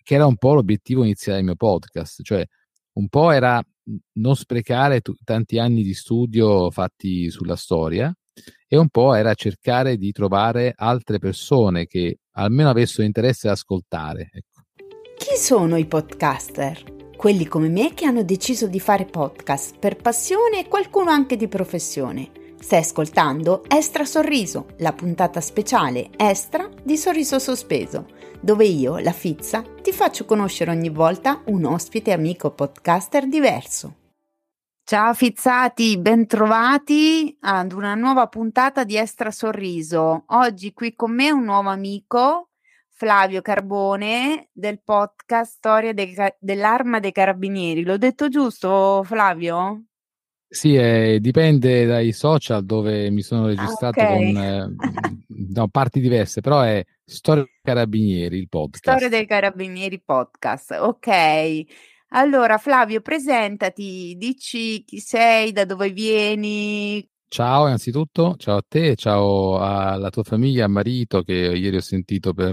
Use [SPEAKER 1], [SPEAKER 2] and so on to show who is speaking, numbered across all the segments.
[SPEAKER 1] che era un po' l'obiettivo iniziale del mio podcast, cioè un po' era non sprecare tanti anni di studio fatti sulla storia, e un po' era cercare di trovare altre persone che almeno avessero interesse ad ascoltare. Ecco.
[SPEAKER 2] Chi sono i podcaster? Quelli come me che hanno deciso di fare podcast per passione e qualcuno anche di professione. Stai ascoltando Extra Sorriso, la puntata speciale extra di Sorriso Sospeso, dove io, la Fizza, ti faccio conoscere ogni volta un ospite amico podcaster diverso. Ciao Fizzati, bentrovati ad una nuova puntata di Extra Sorriso. Oggi qui con me un nuovo amico, Flavio Carbone, del podcast Storia dell'Arma dei Carabinieri. L'ho detto giusto, Flavio?
[SPEAKER 1] Sì, dipende dai social dove mi sono registrato
[SPEAKER 2] Ok.
[SPEAKER 1] da parti diverse, però è Storia dei Carabinieri, il
[SPEAKER 2] Storia
[SPEAKER 1] podcast.
[SPEAKER 2] dei Carabinieri podcast. Ok. Allora, Flavio, presentati, dici chi sei, da dove vieni.
[SPEAKER 1] Ciao, innanzitutto, ciao a te, ciao alla tua famiglia, al marito che ieri ho sentito per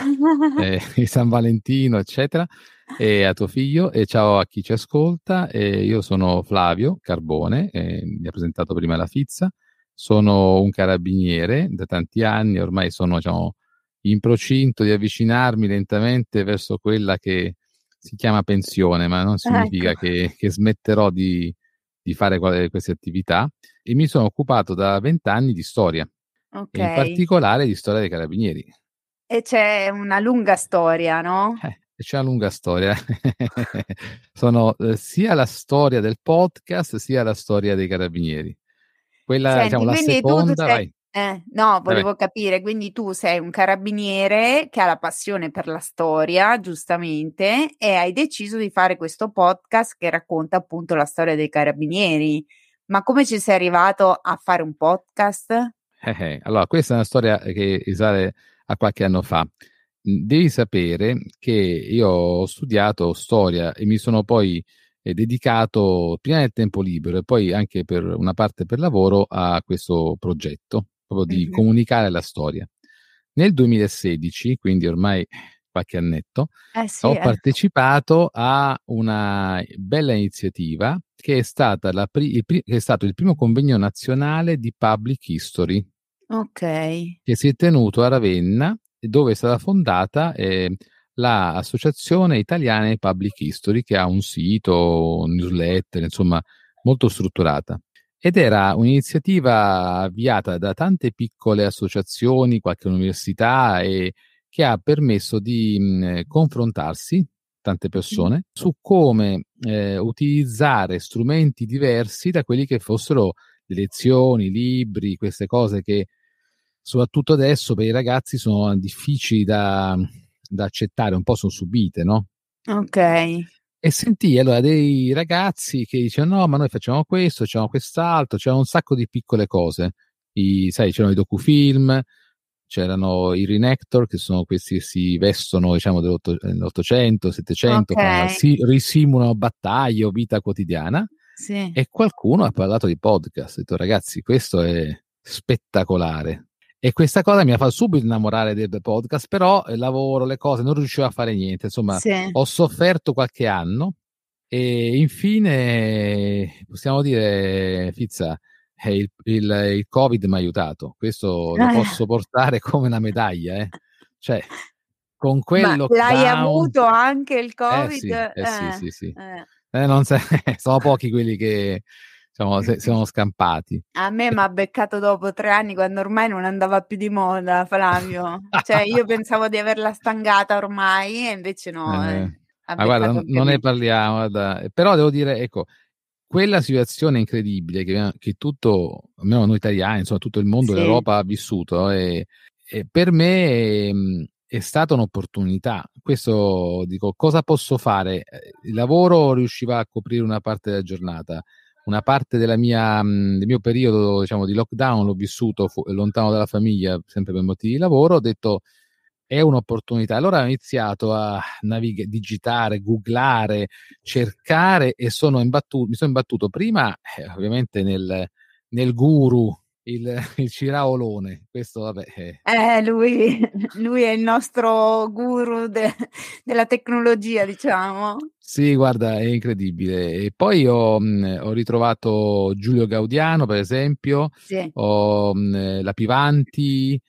[SPEAKER 1] il San Valentino, eccetera, e a tuo figlio, e ciao a chi ci ascolta. Io sono Flavio Carbone, mi ha presentato prima la Fizza, sono un carabiniere da tanti anni, ormai sono, diciamo, in procinto di avvicinarmi lentamente verso quella che si chiama pensione, ma non
[SPEAKER 2] Ecco,
[SPEAKER 1] significa che smetterò di fare queste attività, e mi sono occupato da 20 anni di storia,
[SPEAKER 2] ok.
[SPEAKER 1] e in particolare di storia dei carabinieri.
[SPEAKER 2] E c'è una lunga storia, no?
[SPEAKER 1] E c'è una lunga storia. Sono sia la storia del podcast, sia la storia dei carabinieri. Quella, diciamo,
[SPEAKER 2] Senti,
[SPEAKER 1] la
[SPEAKER 2] quindi tu
[SPEAKER 1] seconda,
[SPEAKER 2] sei,
[SPEAKER 1] vai,
[SPEAKER 2] no,
[SPEAKER 1] vai, vai.
[SPEAKER 2] volevo capire, quindi tu sei un carabiniere che ha la passione per la storia, giustamente, e hai deciso di fare questo podcast che racconta appunto la storia dei carabinieri. Ma come ci sei arrivato a fare un podcast?
[SPEAKER 1] Allora, questa è una storia che risale a qualche anno fa. Devi sapere che io ho studiato storia e mi sono poi dedicato prima nel tempo libero e poi anche per una parte per lavoro a questo progetto, proprio di
[SPEAKER 2] Mhm.
[SPEAKER 1] comunicare la storia. Nel 2016, quindi ormai qualche annetto,
[SPEAKER 2] Eh sì,
[SPEAKER 1] ho partecipato a una bella iniziativa che è stata che è stato il primo convegno nazionale di Public History
[SPEAKER 2] ok.
[SPEAKER 1] che si è tenuto a Ravenna, dove è stata fondata l'Associazione Italiana di Public History, che ha un sito, un newsletter, insomma, molto strutturata. Ed era un'iniziativa avviata da tante piccole associazioni, qualche università, e che ha permesso di confrontarsi, tante persone, su come utilizzare strumenti diversi da quelli che fossero le lezioni, libri, queste cose che soprattutto adesso per i ragazzi sono difficili da accettare, un po' sono subite, no?
[SPEAKER 2] Ok.
[SPEAKER 1] E sentii allora dei ragazzi che dicevano: no, ma noi facciamo questo, facciamo quest'altro, c'erano un sacco di piccole cose. Sai, c'erano i docufilm, c'erano i reenactor, che sono questi che si vestono, diciamo, dell'Ottocento, Settecento,
[SPEAKER 2] Ok,
[SPEAKER 1] risimulano battaglie o vita quotidiana,
[SPEAKER 2] sì.
[SPEAKER 1] e qualcuno ha parlato di podcast. Ho detto: ragazzi, questo è spettacolare. E questa cosa mi ha fatto subito innamorare del podcast, però il lavoro, le cose, non riuscivo a fare niente. Insomma,
[SPEAKER 2] Sì.
[SPEAKER 1] ho sofferto qualche anno e infine, possiamo dire, Fizza, il Covid mi ha aiutato. Questo lo posso portare come una medaglia, eh. Cioè, con quel
[SPEAKER 2] Ma l'hai
[SPEAKER 1] lockdown,
[SPEAKER 2] avuto anche il
[SPEAKER 1] eh
[SPEAKER 2] Covid?
[SPEAKER 1] sì, eh sì, sì, sì.
[SPEAKER 2] Eh.
[SPEAKER 1] Non se- sono pochi quelli che, diciamo, sono scampati.
[SPEAKER 2] A me mi ha beccato dopo 3 anni quando ormai non andava più di moda, Flavio. Cioè, io pensavo di averla stangata ormai e invece no, ha
[SPEAKER 1] Ma guarda,
[SPEAKER 2] beccato anche
[SPEAKER 1] non ne
[SPEAKER 2] me.
[SPEAKER 1] parliamo, guarda. Però devo dire, ecco, quella situazione incredibile che tutto, almeno noi italiani, insomma, tutto il mondo,
[SPEAKER 2] Sì,
[SPEAKER 1] l'Europa ha vissuto, e per me è stata un'opportunità. Questo dico, cosa posso fare? Il lavoro riusciva a coprire una parte della giornata, una parte del mio periodo, diciamo, di lockdown l'ho vissuto lontano dalla famiglia, sempre per motivi di lavoro. Ho detto è un'opportunità. Allora ho iniziato a digitare, googlare, cercare, e mi sono imbattuto prima ovviamente nel guru il Ciraolone. Questo, vabbè.
[SPEAKER 2] Lui è il nostro guru della tecnologia, diciamo.
[SPEAKER 1] Sì, guarda, è incredibile. E poi ho ritrovato Giulio Gaudiano, per esempio,
[SPEAKER 2] Sì,
[SPEAKER 1] la Pivanti,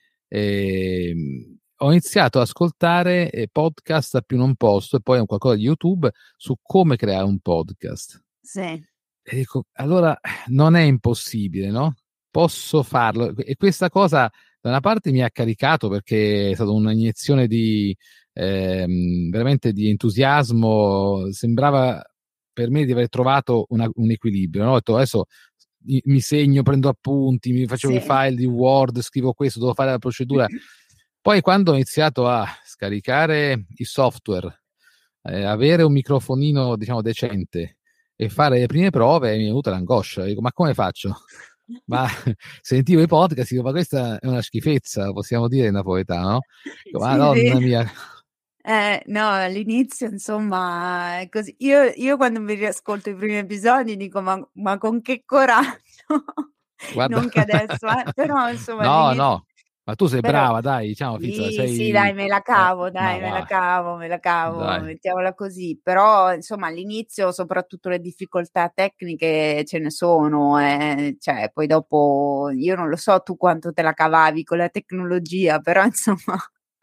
[SPEAKER 1] ho iniziato ad ascoltare podcast a più non posso e poi un qualcosa di YouTube su come creare un podcast.
[SPEAKER 2] sì,
[SPEAKER 1] E dico, allora non è impossibile, no? Posso farlo. E questa cosa da una parte mi ha caricato perché è stata un'iniezione di veramente di entusiasmo. Sembrava per me di aver trovato un equilibrio, no? Ho detto, adesso mi segno, prendo appunti, mi facevo i
[SPEAKER 2] sì.
[SPEAKER 1] file di Word, scrivo questo, devo fare la procedura. Poi quando ho iniziato a scaricare i software, avere un microfonino, diciamo, decente e fare le prime prove, mi è venuta l'angoscia. Dico, ma come faccio? Ma sentivo i podcast, dico, ma questa è una schifezza, possiamo dire in napoletano, no? Dico,
[SPEAKER 2] Sì, sì.
[SPEAKER 1] Madonna mia.
[SPEAKER 2] No, all'inizio insomma è così. Io quando mi riascolto i primi episodi dico: "Ma con che coraggio!"
[SPEAKER 1] Guarda,
[SPEAKER 2] Non che adesso, però insomma
[SPEAKER 1] no,
[SPEAKER 2] all'inizio
[SPEAKER 1] no, ma tu sei
[SPEAKER 2] però
[SPEAKER 1] brava, dai, diciamo, Fizza,
[SPEAKER 2] sì, sì, dai,
[SPEAKER 1] sei,
[SPEAKER 2] me la cavo,
[SPEAKER 1] ma
[SPEAKER 2] dai,
[SPEAKER 1] va,
[SPEAKER 2] me la cavo,
[SPEAKER 1] dai.
[SPEAKER 2] mettiamola così. Però insomma all'inizio soprattutto le difficoltà tecniche ce ne sono, cioè poi dopo io non lo so tu quanto te la cavavi con la tecnologia, però insomma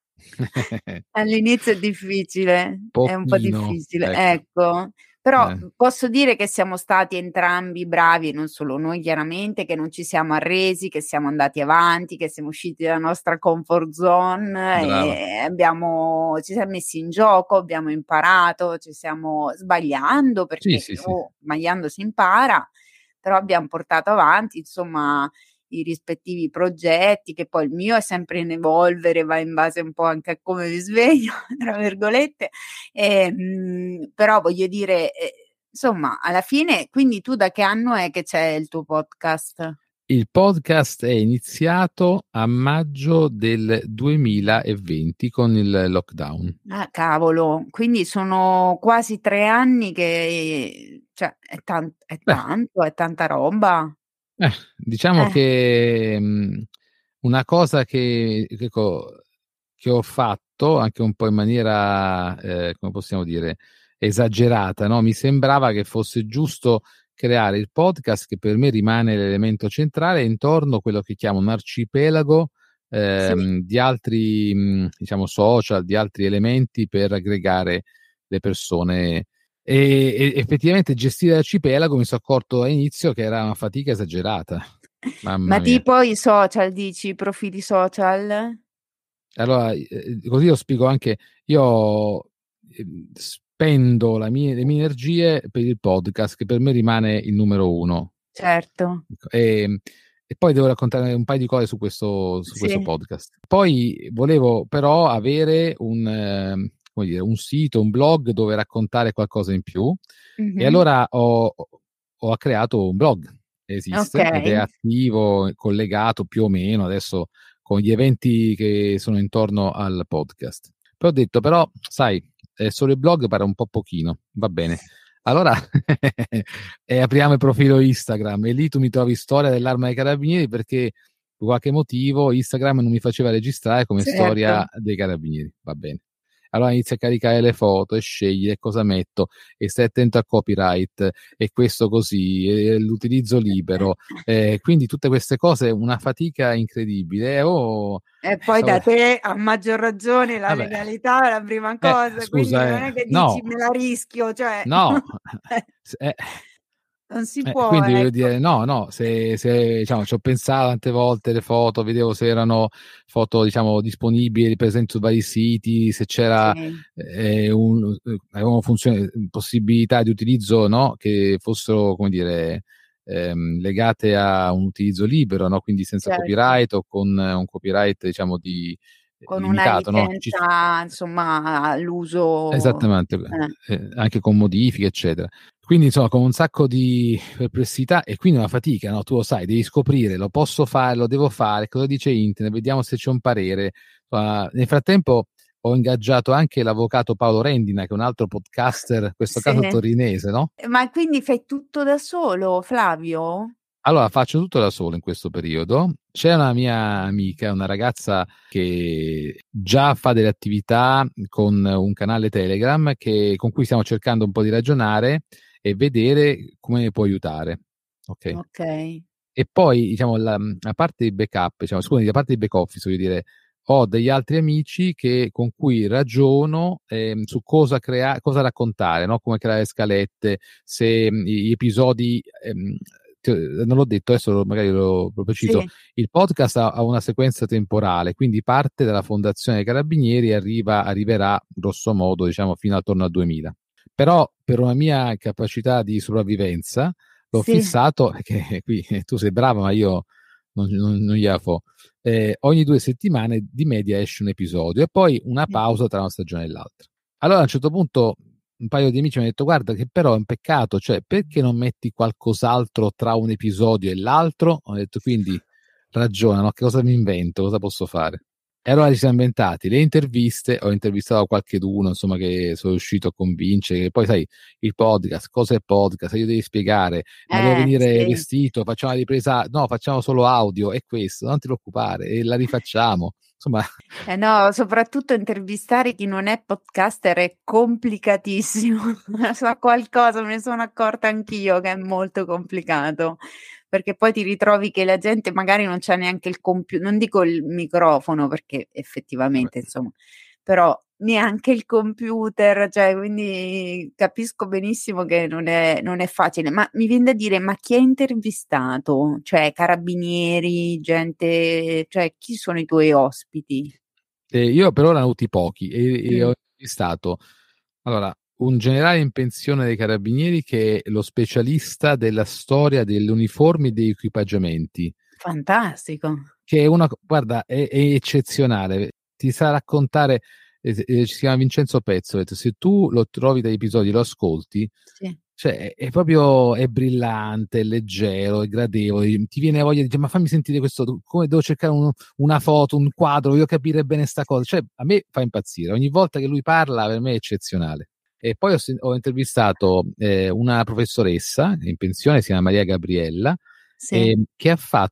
[SPEAKER 2] all'inizio è difficile, è un po'
[SPEAKER 1] Pochino,
[SPEAKER 2] difficile,
[SPEAKER 1] ecco.
[SPEAKER 2] ecco. Però,
[SPEAKER 1] Eh.
[SPEAKER 2] posso dire che siamo stati entrambi bravi, e non solo noi chiaramente, che non ci siamo arresi, che siamo andati avanti, che siamo usciti dalla nostra comfort zone
[SPEAKER 1] Brava.
[SPEAKER 2] e ci siam messi in gioco, abbiamo imparato, ci stiamo sbagliando
[SPEAKER 1] Sì,
[SPEAKER 2] perché,
[SPEAKER 1] sì, sì.
[SPEAKER 2] sbagliando si impara, però abbiam portato avanti insomma i rispettivi progetti, che poi il mio è sempre in evolvere, va in base un po' anche a come mi sveglio, tra virgolette, però voglio dire, insomma, alla fine, quindi tu da che anno è che c'è il tuo podcast?
[SPEAKER 1] Il podcast è iniziato a maggio del 2020 con il lockdown.
[SPEAKER 2] Ah, cavolo, quindi sono quasi 3 anni che cioè è
[SPEAKER 1] Beh,
[SPEAKER 2] tanto, è tanta roba.
[SPEAKER 1] diciamo
[SPEAKER 2] Eh,
[SPEAKER 1] che una cosa che ho fatto anche un po' in maniera, come possiamo dire, esagerata, no? Mi sembrava che fosse giusto creare il podcast, che per me rimane l'elemento centrale, intorno a quello che chiamo un arcipelago
[SPEAKER 2] sì.
[SPEAKER 1] di altri, diciamo, social, di altri elementi per aggregare le persone. E effettivamente gestire l'arcipelago mi sono accorto all'inizio che era una fatica esagerata.
[SPEAKER 2] Ma
[SPEAKER 1] Mamma mia.
[SPEAKER 2] tipo i social dici, i profili social?
[SPEAKER 1] Allora, così lo spiego anche, io spendo le mie energie per il podcast, che per me rimane il numero uno.
[SPEAKER 2] Certo,
[SPEAKER 1] E poi devo raccontare un paio di cose su questo
[SPEAKER 2] sì.
[SPEAKER 1] podcast. Poi volevo però avere come dire, un sito, un blog dove raccontare qualcosa in più. E
[SPEAKER 2] Mh-mh.
[SPEAKER 1] allora ho creato un blog, esiste ed è
[SPEAKER 2] Okay.
[SPEAKER 1] attivo, collegato più o meno adesso con gli eventi che sono intorno al podcast. Poi ho detto, però, sai, solo il blog pare un po' pochino, va bene. Allora apriamo il profilo Instagram e lì tu mi trovi storia dell'Arma dei Carabinieri perché per qualche motivo Instagram non mi faceva registrare come storia
[SPEAKER 2] Certo.
[SPEAKER 1] dei Carabinieri, va bene. Allora inizio a caricare le foto e scegli cosa metto e stai attento al copyright e questo così, e l'utilizzo libero. Quindi tutte queste cose, una fatica incredibile.
[SPEAKER 2] E poi
[SPEAKER 1] Stavo...
[SPEAKER 2] da te, a maggior ragione, la
[SPEAKER 1] Vabbè,
[SPEAKER 2] legalità è la prima cosa, quindi
[SPEAKER 1] scusa,
[SPEAKER 2] non è che
[SPEAKER 1] no,
[SPEAKER 2] dici: "Me la rischio", cioè
[SPEAKER 1] no.
[SPEAKER 2] eh,
[SPEAKER 1] S-
[SPEAKER 2] non si può,
[SPEAKER 1] Quindi voglio
[SPEAKER 2] ecco.
[SPEAKER 1] dire, no, no, se diciamo, ci ho pensato tante volte le foto, vedevo se erano foto, diciamo, disponibili, presenti su vari siti, se c'era
[SPEAKER 2] Sì,
[SPEAKER 1] avevano funzione, possibilità di utilizzo, no, che fossero, come dire, legate a un utilizzo libero, no, quindi senza
[SPEAKER 2] certo.
[SPEAKER 1] copyright o con un copyright, diciamo, di
[SPEAKER 2] Con una
[SPEAKER 1] limitato, no?
[SPEAKER 2] licenza, insomma, all'uso
[SPEAKER 1] Esattamente, anche con modifiche, eccetera. Quindi, insomma, con un sacco di perplessità e quindi una fatica, no? Tu lo sai, devi scoprire, lo posso fare, lo devo fare, cosa dice internet, vediamo se c'è un parere. Nel frattempo ho ingaggiato anche l'avvocato Paolo Rendina, che è un altro podcaster, in questo
[SPEAKER 2] sì.
[SPEAKER 1] caso torinese, no?
[SPEAKER 2] Ma quindi fai tutto da solo, Flavio?
[SPEAKER 1] Allora, faccio tutto da solo in questo periodo. C'è una mia amica, una ragazza che già fa delle attività con un canale Telegram con cui stiamo cercando un po' di ragionare e vedere come mi può aiutare. Ok.
[SPEAKER 2] Ok.
[SPEAKER 1] E poi, diciamo, a parte i backup, diciamo, scusami, a parte i back office, voglio dire, ho degli altri amici con cui ragiono su cosa raccontare, no? Come creare scalette, se gli episodi, non l'ho detto, adesso magari lo preciso,
[SPEAKER 2] Sì,
[SPEAKER 1] il podcast ha una sequenza temporale, quindi parte dalla fondazione dei Carabinieri e arriverà grosso modo, diciamo, fino attorno al 2000. Però per una mia capacità di sopravvivenza l'ho
[SPEAKER 2] sì,
[SPEAKER 1] fissato, che qui tu sei brava, ma io non gliela fo. Ogni 2 settimane di media esce un episodio e poi una
[SPEAKER 2] sì.
[SPEAKER 1] pausa tra una stagione e l'altra. Allora a un certo punto un paio di amici mi hanno detto: guarda, che però è un peccato, cioè perché non metti qualcos'altro tra un episodio e l'altro? Ho detto quindi ragiona, no? Che cosa mi invento? Cosa posso fare? E allora ci siamo inventati le interviste, ho intervistato qualcheduno, insomma, che sono riuscito a convincere, che poi sai, il podcast, cosa è podcast? Io devi spiegare, ma devo venire
[SPEAKER 2] Sì.
[SPEAKER 1] vestito, facciamo la ripresa, no, facciamo solo audio, è questo, non ti preoccupare, e la rifacciamo. Insomma,
[SPEAKER 2] No, soprattutto intervistare chi non è podcaster è complicatissimo. So qualcosa, me ne sono accorta anch'io che è molto complicato, perché poi ti ritrovi che la gente magari non c'ha neanche non dico il microfono, perché
[SPEAKER 1] vabbè.
[SPEAKER 2] effettivamente insomma, però neanche il computer, cioè quindi capisco benissimo che non è facile. Ma mi vien da dire, ma chi hai intervistato? Cioè carabinieri, gente, cioè chi sono i tuoi ospiti?
[SPEAKER 1] Io per ora ne ho avuti pochi e
[SPEAKER 2] Mh,
[SPEAKER 1] ho intervistato allora, un generale in pensione dei carabinieri che è lo specialista della storia delle uniformi e degli equipaggiamenti,
[SPEAKER 2] fantastico.
[SPEAKER 1] che è guarda, è eccezionale. Ti sa raccontare, si chiama Vincenzo Pezzo, ha detto, se tu lo trovi dagli episodi, lo ascolti,
[SPEAKER 2] Sì.
[SPEAKER 1] cioè è proprio, è brillante, è leggero, è gradevole, ti viene voglia di dire, ma fammi sentire questo, come devo cercare una foto, un quadro, voglio capire bene sta cosa, cioè a me fa impazzire, ogni volta che lui parla per me è eccezionale. E poi ho intervistato una professoressa in pensione, si chiama Maria Gabriella,
[SPEAKER 2] Sì.
[SPEAKER 1] che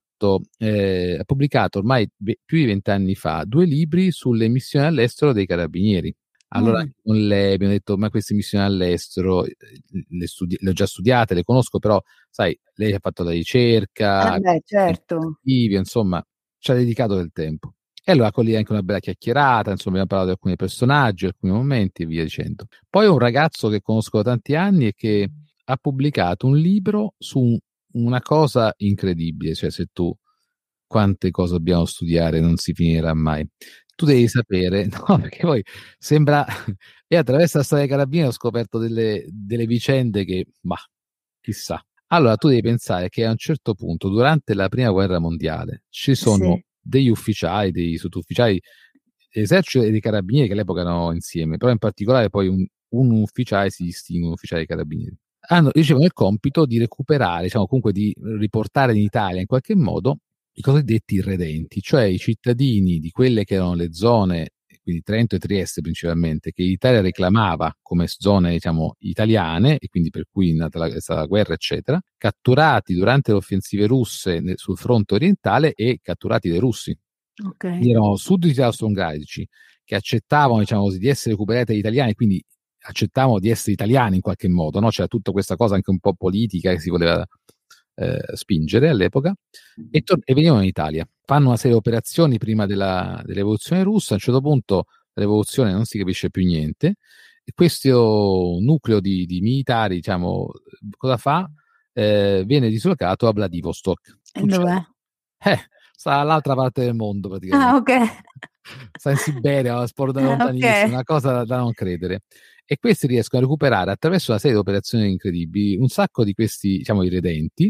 [SPEAKER 1] ha pubblicato ormai più di 20 anni fa 2 libri sulle missioni all'estero dei carabinieri. Allora
[SPEAKER 2] Mh.
[SPEAKER 1] anche con lei abbiamo detto, ma queste missioni all'estero le ho già studiate, le conosco, però sai, lei ha fatto la
[SPEAKER 2] Eh
[SPEAKER 1] ricerca,
[SPEAKER 2] beh, certo.
[SPEAKER 1] insomma, ci ha dedicato del tempo. E allora con lei anche una bella chiacchierata, insomma, abbiamo parlato di alcuni personaggi, alcuni momenti e via dicendo. Poi un ragazzo che conosco da tanti anni e che ha pubblicato un libro su una cosa incredibile, cioè se tu quante cose dobbiamo studiare non si finirà mai. Tu devi sapere, no, perché poi sembra, e attraverso la storia dei carabinieri ho scoperto delle vicende che, ma chissà. Allora tu devi pensare che a un certo punto, durante la prima guerra mondiale, ci sono
[SPEAKER 2] Sì.
[SPEAKER 1] degli ufficiali, dei sottufficiali dell'esercito e dei carabinieri che all'epoca erano insieme, però in particolare poi un ufficiale si distingue, un ufficiale dei carabinieri ricevono il compito di recuperare, diciamo comunque di riportare in Italia in qualche modo i cosiddetti irredenti, cioè i cittadini di quelle che erano le zone, quindi Trento e Trieste principalmente, che l'Italia reclamava come zone, diciamo, italiane, e quindi per cui è nata la guerra, eccetera, catturati durante le offensive russe sul fronte orientale e catturati dai russi.
[SPEAKER 2] Okay.
[SPEAKER 1] Quindi erano sudditi austro-ungarici che accettavano, diciamo così, di essere recuperati dagli italiani, quindi accettavano di essere italiani in qualche modo, no? C'era tutta questa cosa anche un po' politica che si voleva spingere all'epoca e venivano in Italia. Fanno una serie di operazioni prima della rivoluzione russa, a un certo punto la rivoluzione non si capisce più niente e questo nucleo di militari, diciamo, cosa fa? Viene dislocato a Vladivostok.
[SPEAKER 2] E dov'è?
[SPEAKER 1] Succede? Eh, sta dall'altra parte del mondo
[SPEAKER 2] Ah,
[SPEAKER 1] praticamente.
[SPEAKER 2] okay.
[SPEAKER 1] Sta in Siberia,
[SPEAKER 2] Okay.
[SPEAKER 1] lontanissimo, una cosa da non credere. E questi riescono a recuperare attraverso una serie di operazioni incredibili un sacco di questi, diciamo, irredenti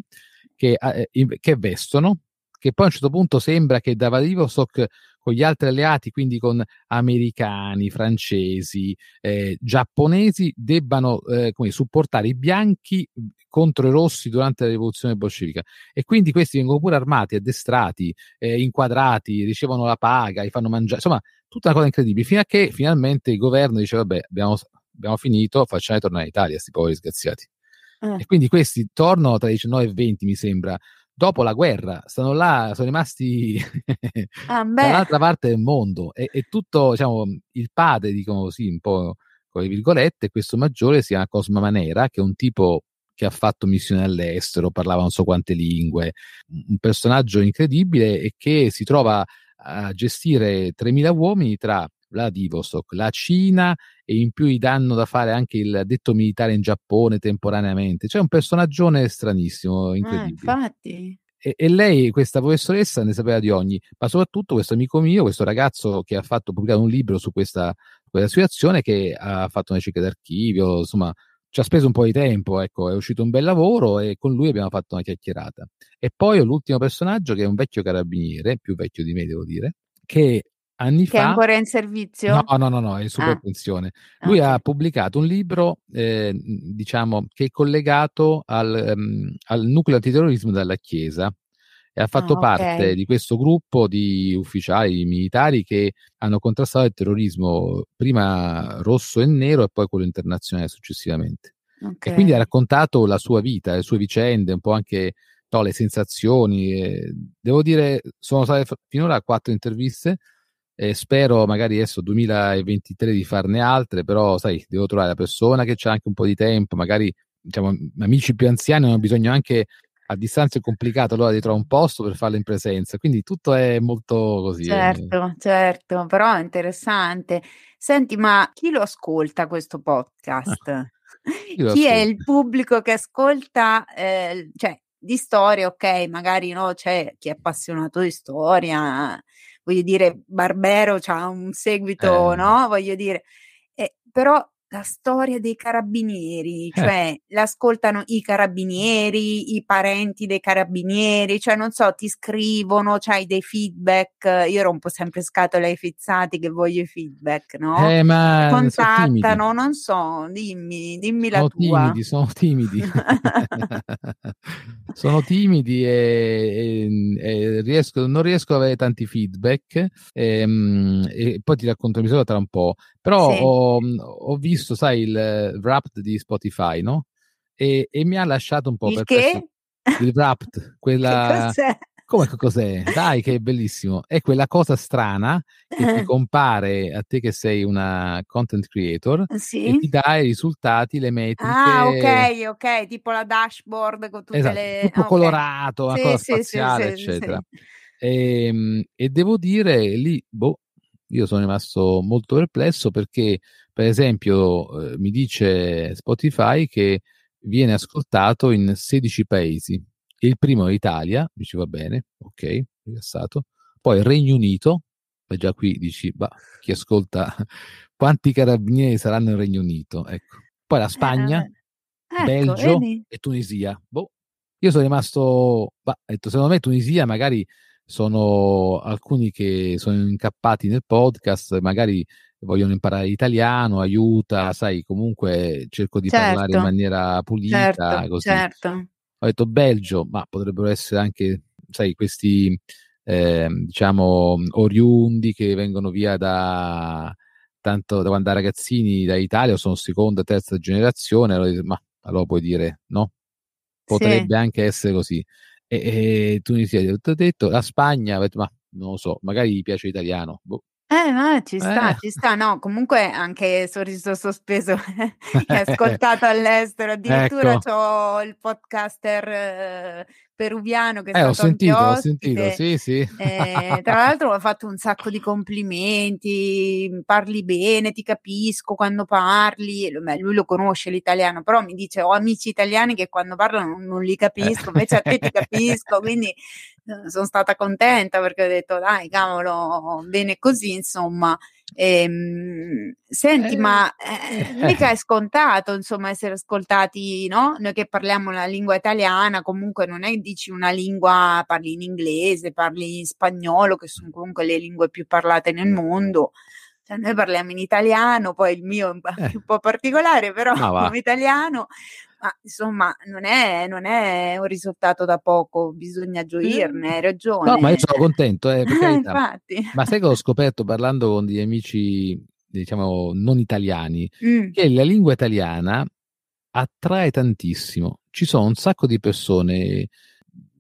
[SPEAKER 1] che vestono, che poi a un certo punto sembra che da Vladivostok con gli altri alleati, quindi con americani, francesi, giapponesi, debbano supportare i bianchi contro i rossi durante la rivoluzione bolscevica. E quindi questi vengono pure armati, addestrati, inquadrati, ricevono la paga, li fanno mangiare, insomma, tutta una cosa incredibile, fino a che finalmente il governo dice, vabbè, abbiamo finito, facciamo tornare in Italia, sti poveri sgraziati.
[SPEAKER 2] Eh.
[SPEAKER 1] E quindi questi tornano tra i 19 e 20, mi sembra, dopo la guerra, stanno là, sono rimasti dall'altra parte del mondo, e tutto, diciamo, il padre, dicono così, un po' con le virgolette, questo maggiore si chiama Cosma Manera, che è un tipo che ha fatto missioni all'estero, parlava non so quante lingue, un personaggio incredibile, e che si trova a gestire 3.000 uomini tra Vladivostok, la Cina, e in più gli danno da fare anche il detto militare in Giappone temporaneamente. Cioè un personaggione stranissimo, incredibile.
[SPEAKER 2] Infatti.
[SPEAKER 1] E lei, questa professoressa, ne sapeva di ogni, ma soprattutto questo amico mio, questo ragazzo che ha pubblicato un libro su questa situazione, che ha fatto una ricerca d'archivio, insomma, ci ha speso un po' di tempo, ecco, è uscito un bel lavoro, e con lui abbiamo fatto una chiacchierata. E poi ho l'ultimo personaggio, che è un vecchio carabiniere, più vecchio di me, devo dire, che anni
[SPEAKER 2] Che è
[SPEAKER 1] fa...
[SPEAKER 2] ancora in servizio?
[SPEAKER 1] No, è in super pensione. Lui
[SPEAKER 2] Okay.
[SPEAKER 1] ha pubblicato un libro, diciamo, che è collegato al nucleo antiterrorismo della Chiesa, e ha fatto parte
[SPEAKER 2] Okay.
[SPEAKER 1] di questo gruppo di ufficiali, di militari, che hanno contrastato il terrorismo, prima rosso e nero e poi quello internazionale successivamente. E quindi ha
[SPEAKER 2] Okay.
[SPEAKER 1] raccontato la sua vita, le sue vicende, un po' anche le sensazioni. Devo dire, sono state finora 4 interviste. Spero magari adesso 2023 di farne altre, però sai, devo trovare la persona che c'ha anche un po' di tempo, magari, diciamo, amici più anziani hanno bisogno anche, a distanza è complicato, allora di trovare un posto per farlo in presenza, quindi tutto è molto così.
[SPEAKER 2] Certo, però è interessante. Senti, ma chi lo ascolta questo
[SPEAKER 1] Ah,
[SPEAKER 2] podcast?
[SPEAKER 1] io lo
[SPEAKER 2] Chi è
[SPEAKER 1] ascolto.
[SPEAKER 2] il pubblico che ascolta, cioè di storia, okay, magari, no, c'è chi è appassionato di storia, voglio dire, Barbero c'ha un seguito,
[SPEAKER 1] Eh,
[SPEAKER 2] no, voglio dire, però la storia dei carabinieri,
[SPEAKER 1] eh.
[SPEAKER 2] cioè l'ascoltano i carabinieri, i parenti dei carabinieri, cioè non so, ti scrivono, c'hai dei feedback. Io rompo sempre scatole ai fizzati che voglio i feedback, no,
[SPEAKER 1] Ma sono timidi.
[SPEAKER 2] contattano, non so, dimmi la
[SPEAKER 1] Sono
[SPEAKER 2] tua.
[SPEAKER 1] timidi, sono timidi. Sono timidi, e non riesco ad avere tanti feedback, e poi ti racconto l'episodio tra un po'. Però
[SPEAKER 2] Sì.
[SPEAKER 1] ho visto, sai, il Wrapped di Spotify, no? E mi ha lasciato un po'
[SPEAKER 2] Il
[SPEAKER 1] perplesso.
[SPEAKER 2] che?
[SPEAKER 1] Il Wrapped,
[SPEAKER 2] Che
[SPEAKER 1] quella...
[SPEAKER 2] cos'è?
[SPEAKER 1] Come che cos'è? Dai, che è bellissimo. È quella cosa strana che ti compare a te che sei una content creator, e
[SPEAKER 2] Sì?
[SPEAKER 1] ti dà i risultati, le
[SPEAKER 2] Ah,
[SPEAKER 1] metriche.
[SPEAKER 2] okay, tipo la dashboard con tutte
[SPEAKER 1] Esatto,
[SPEAKER 2] le
[SPEAKER 1] tutto
[SPEAKER 2] okay.
[SPEAKER 1] colorato, una
[SPEAKER 2] Sì,
[SPEAKER 1] cosa
[SPEAKER 2] sì, sì,
[SPEAKER 1] spaziale,
[SPEAKER 2] sì,
[SPEAKER 1] eccetera.
[SPEAKER 2] sì.
[SPEAKER 1] E devo dire, lì, io sono rimasto molto perplesso, perché, per esempio, mi dice Spotify che viene ascoltato in 16 paesi. Il primo è l'Italia, dici va bene, ok, rilassato. Poi il Regno Unito, e già qui dici, bah, chi ascolta, quanti carabinieri saranno nel Regno Unito? Ecco. Poi la Spagna,
[SPEAKER 2] Vabbè. Ecco,
[SPEAKER 1] Belgio
[SPEAKER 2] vedi?
[SPEAKER 1] e Tunisia. Io sono rimasto, ho detto, secondo me Tunisia magari sono alcuni che sono incappati nel podcast, magari vogliono imparare italiano, aiuta, sai, comunque cerco di parlare in
[SPEAKER 2] Certo,
[SPEAKER 1] maniera pulita, così.
[SPEAKER 2] certo.
[SPEAKER 1] Ho detto Belgio, ma potrebbero essere anche, sai, questi, diciamo, oriundi che vengono via da tanto, da quando da ragazzini dall'Italia, o sono seconda, terza generazione, allora puoi dire no,
[SPEAKER 2] Sì.
[SPEAKER 1] potrebbe anche essere così. E Tunisia, ti ho detto, la Spagna, ho detto, ma non lo so, magari gli piace l'italiano. Boh.
[SPEAKER 2] No, ci sta,
[SPEAKER 1] Eh,
[SPEAKER 2] ci sta. No, comunque anche Sorriso Sospeso è ascoltato all'estero. Addirittura
[SPEAKER 1] ecco,
[SPEAKER 2] c'ho il podcaster, peruviano che è stato anche
[SPEAKER 1] ho sentito,
[SPEAKER 2] ospite.
[SPEAKER 1] sì, sì.
[SPEAKER 2] Tra l'altro m'ha fatto un sacco di complimenti, parli bene, ti capisco quando parli. Beh, lui lo conosce l'italiano, però mi dice: "Ho amici italiani che quando parlano non li
[SPEAKER 1] Eh.
[SPEAKER 2] capisco, invece a te ti capisco", quindi son stata contenta perché ho detto: "Dai, cavolo, bene così", insomma. Senti,
[SPEAKER 1] Eh,
[SPEAKER 2] ma, mica è scontato, insomma, essere ascoltati, no, noi che parliamo la lingua italiana, comunque non è che dici una lingua, parli in inglese, parli in spagnolo, che son comunque le lingue più parlate nel mondo. Cioè noi parliamo in italiano, poi il mio è un
[SPEAKER 1] eh,
[SPEAKER 2] anche un po' particolare, però
[SPEAKER 1] ma va.
[SPEAKER 2] come italiano, ma insomma non è un risultato da poco, bisogna gioirne, hai
[SPEAKER 1] No, ma io
[SPEAKER 2] ragione.
[SPEAKER 1] sono contento, per carità.
[SPEAKER 2] Infatti.
[SPEAKER 1] Ma sai cosa ho scoperto parlando con degli amici, diciamo, non italiani?
[SPEAKER 2] Mh,
[SPEAKER 1] Che la lingua italiana attrae tantissimo. Ci sono un sacco di persone,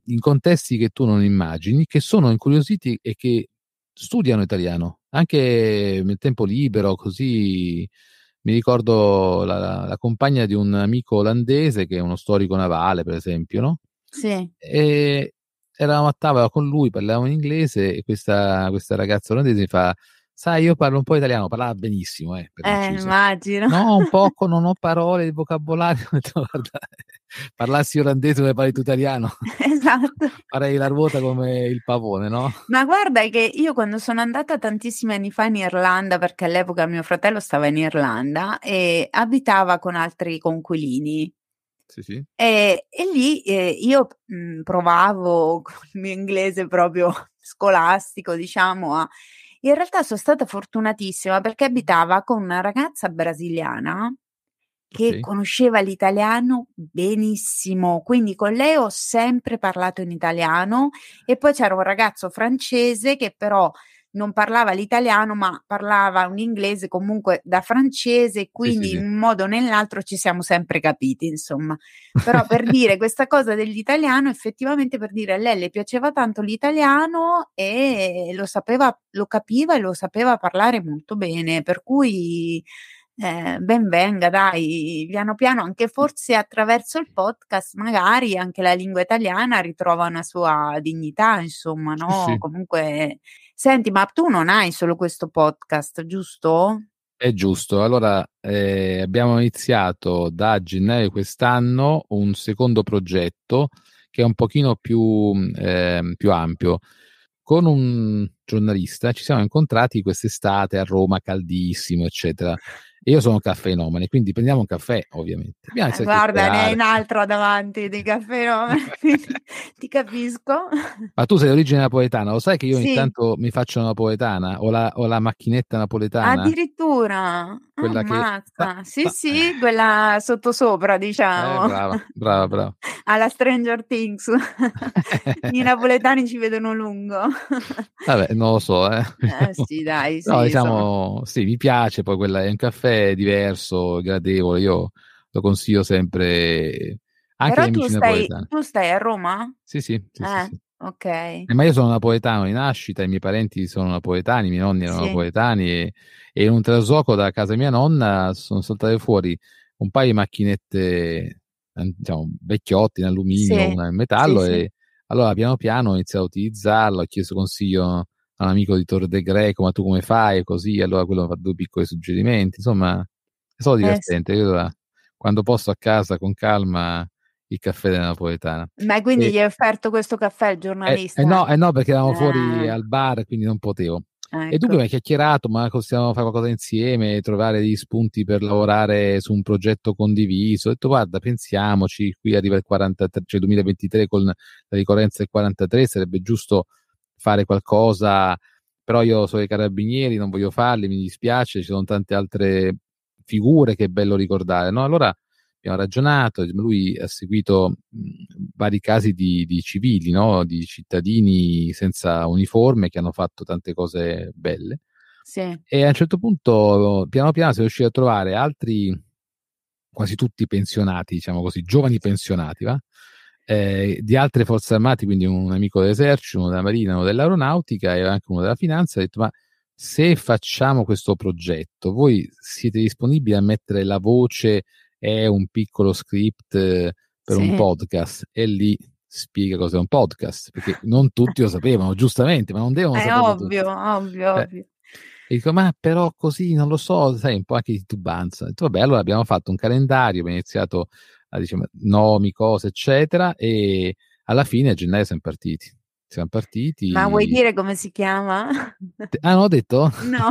[SPEAKER 1] in contesti che tu non immagini, che sono incuriositi e che studiano italiano, anche nel tempo libero, così. Mi ricordo la compagna di un amico olandese che è uno storico navale, per esempio, no?
[SPEAKER 2] Sì.
[SPEAKER 1] E eravamo a tavola con lui, parlavamo in inglese e questa ragazza olandese mi fa: sai, io parlo un po' italiano, parlava benissimo, per inciso.
[SPEAKER 2] Immagino.
[SPEAKER 1] No, un poco, non ho parole, il vocabolario. Ho detto, guarda, parlassi olandese come parli tu italiano,
[SPEAKER 2] Esatto.
[SPEAKER 1] farei la ruota come il pavone, no?
[SPEAKER 2] Ma guarda che io quando sono andata tantissimi anni fa in Irlanda, perché all'epoca mio fratello stava in Irlanda e abitava con altri coinquilini.
[SPEAKER 1] Sì, sì.
[SPEAKER 2] E lì, io, provavo col mio inglese proprio scolastico, diciamo, a in realtà so stata fortunatissima perché abitava con una ragazza brasiliana che
[SPEAKER 1] Ok.
[SPEAKER 2] conosceva l'italiano benissimo, quindi con lei ho sempre parlato in italiano e poi c'era un ragazzo francese che però non parlava l'italiano, ma parlava un inglese comunque da francese,
[SPEAKER 1] Sì, sì,
[SPEAKER 2] quindi in
[SPEAKER 1] sì.
[SPEAKER 2] un modo o nell'altro ci siamo sempre capiti, insomma. Però per dire questa cosa dell'italiano, effettivamente per dire a lei le piaceva tanto l'italiano e lo capiva e lo sapeva parlare molto bene, per cui ben venga dai, piano piano anche forse attraverso il podcast magari anche la lingua italiana ritrova una sua dignità, insomma,
[SPEAKER 1] Sì,
[SPEAKER 2] no,
[SPEAKER 1] sì.
[SPEAKER 2] comunque senti, ma tu non hai solo questo podcast, giusto?
[SPEAKER 1] È giusto. Allora, abbiamo iniziato da gennaio quest'anno un secondo progetto che è un pochino più ampio. Con un giornalista ci siamo incontrati quest'estate a Roma, caldissimo, eccetera. E io sono caffeinomane, quindi prendiamo un caffè, ovviamente. Abbiamo iniziato a
[SPEAKER 2] Guarda, ne hai
[SPEAKER 1] chiacchierare.
[SPEAKER 2] un altro davanti di caffè, no? Quindi ti capisco.
[SPEAKER 1] Ma tu sei di origine napoletana, lo sai che io ogni
[SPEAKER 2] Sì.
[SPEAKER 1] tanto mi faccio una napoletana? Ho la macchinetta napoletana?
[SPEAKER 2] Addirittura,
[SPEAKER 1] Quella che... ta,
[SPEAKER 2] ammazza. Sì,
[SPEAKER 1] ta,
[SPEAKER 2] sì, quella sottosopra diciamo.
[SPEAKER 1] brava, brava, brava.
[SPEAKER 2] Alla Stranger Things. I napoletani ci vedono lungo.
[SPEAKER 1] Vabbè, non lo so, eh.
[SPEAKER 2] Sì dai,
[SPEAKER 1] No,
[SPEAKER 2] sì, insomma.
[SPEAKER 1] diciamo, sì, mi piace, poi quella è un caffè diverso, gradevole, io lo consiglio sempre anche
[SPEAKER 2] Però
[SPEAKER 1] agli amici napoletani.
[SPEAKER 2] tu stai a Roma?
[SPEAKER 1] Sì, sì, sì, sì, sì.
[SPEAKER 2] Okay.
[SPEAKER 1] Ma io sono napoletano di nascita, i miei parenti sono napoletani, i miei nonni erano
[SPEAKER 2] Sì,
[SPEAKER 1] napoletani e in un trasloco da casa mia nonna sono saltate fuori un paio di macchinette, diciamo, vecchiotte in alluminio,
[SPEAKER 2] sì,
[SPEAKER 1] una in
[SPEAKER 2] sì,
[SPEAKER 1] metallo
[SPEAKER 2] sì.
[SPEAKER 1] e allora piano piano ho iniziato a utilizzarlo, ho chiesto consiglio a un amico di Torre del Greco, ma tu come fai? E così, allora quello mi fa due piccoli suggerimenti, insomma, è stato
[SPEAKER 2] S
[SPEAKER 1] divertente. Io, quando posso a casa con calma il caffè della napoletana.
[SPEAKER 2] Ma quindi
[SPEAKER 1] E,
[SPEAKER 2] gli hai offerto questo caffè al giornalista?
[SPEAKER 1] no, perché eravamo fuori
[SPEAKER 2] Ah,
[SPEAKER 1] al bar, quindi non potevo. E dunque
[SPEAKER 2] ecco.
[SPEAKER 1] mi ha chiacchierato, ma possiamo fare qualcosa insieme, trovare degli spunti per lavorare su un progetto condiviso. Ho detto, guarda, pensiamoci, qui arriva il 43, cioè 2023 con la ricorrenza del 43, sarebbe giusto fare qualcosa, però io sono i carabinieri, non voglio farli, mi dispiace, ci sono tante altre figure che è bello ricordare, no? Allora abbiamo ragionato, lui ha seguito vari casi di civili, no? Di cittadini senza uniforme che hanno fatto tante cose belle.
[SPEAKER 2] Sì,
[SPEAKER 1] E a un certo punto, piano piano, si è riuscito a trovare altri, quasi tutti pensionati, diciamo così, giovani pensionati, va? Di altre forze armate, quindi un amico dell'esercito, uno della marina, uno dell'aeronautica e anche uno della finanza, ha detto, ma se facciamo questo progetto, voi siete disponibili a mettere la voce e un piccolo script per un
[SPEAKER 2] sì.
[SPEAKER 1] podcast? E lì spiega cos'è un podcast, perché non tutti lo sapevano, giustamente, ma non devono
[SPEAKER 2] È
[SPEAKER 1] saperlo tutti.
[SPEAKER 2] ovvio, ovvio,
[SPEAKER 1] Eh,
[SPEAKER 2] ovvio.
[SPEAKER 1] e dico, ma però così non lo so, sai, un po' anche di titubanza. Ho detto, vabbè, allora abbiamo fatto un calendario, abbiamo iniziato a diciamo, nomi, cose, eccetera, e alla fine a gennaio siamo partiti. Siamo
[SPEAKER 2] Ma vuoi
[SPEAKER 1] partiti.
[SPEAKER 2] dire come si chiama?
[SPEAKER 1] Ah, non ho detto?
[SPEAKER 2] No.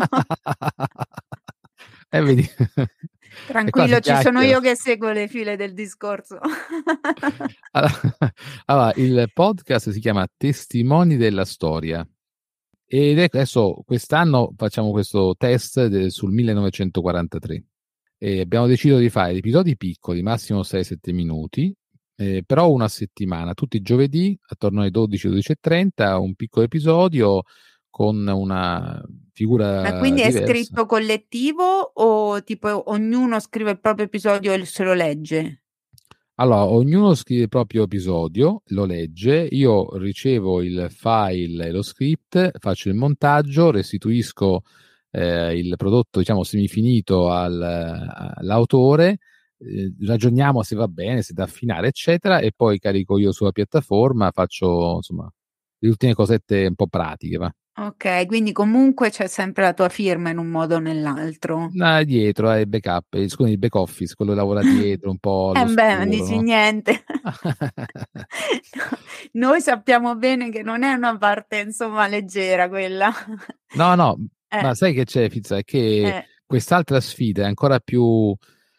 [SPEAKER 1] Vedi, e qua si
[SPEAKER 2] Tranquillo, ci sono
[SPEAKER 1] chiacchiera.
[SPEAKER 2] io che seguo le file del discorso.
[SPEAKER 1] Allora, allora, il podcast si chiama Testimoni della storia. Ed ecco, adesso quest'anno facciamo questo test sul 1943 e abbiamo deciso di fare episodi piccoli, massimo 6-7 minuti, però una settimana, tutti i giovedì attorno alle 12-12:30, un piccolo episodio con una
[SPEAKER 2] Ma
[SPEAKER 1] figura
[SPEAKER 2] quindi è
[SPEAKER 1] diversa.
[SPEAKER 2] scritto collettivo o tipo ognuno scrive il proprio episodio e se lo legge?
[SPEAKER 1] Allora, ognuno scrive il proprio episodio, lo legge, io ricevo il file e lo script, faccio il montaggio, restituisco il prodotto, diciamo, semifinito all'autore, ragioniamo se va bene, se da affinare, eccetera, e poi carico io sulla piattaforma, faccio, insomma, le ultime cosette un po' pratiche, va.
[SPEAKER 2] Ok, quindi comunque c'è sempre la tua firma in un modo o nell'altro.
[SPEAKER 1] Dietro, il backup, scusa, il back office, quello che lavora dietro, un po'
[SPEAKER 2] Beh, non
[SPEAKER 1] all'oscuro,
[SPEAKER 2] dici
[SPEAKER 1] no?
[SPEAKER 2] niente. No, noi sappiamo bene che non è una parte, insomma, leggera quella.
[SPEAKER 1] No, no,
[SPEAKER 2] Eh,
[SPEAKER 1] ma sai che c'è, Fizza? È che
[SPEAKER 2] eh,
[SPEAKER 1] quest'altra sfida è ancora più,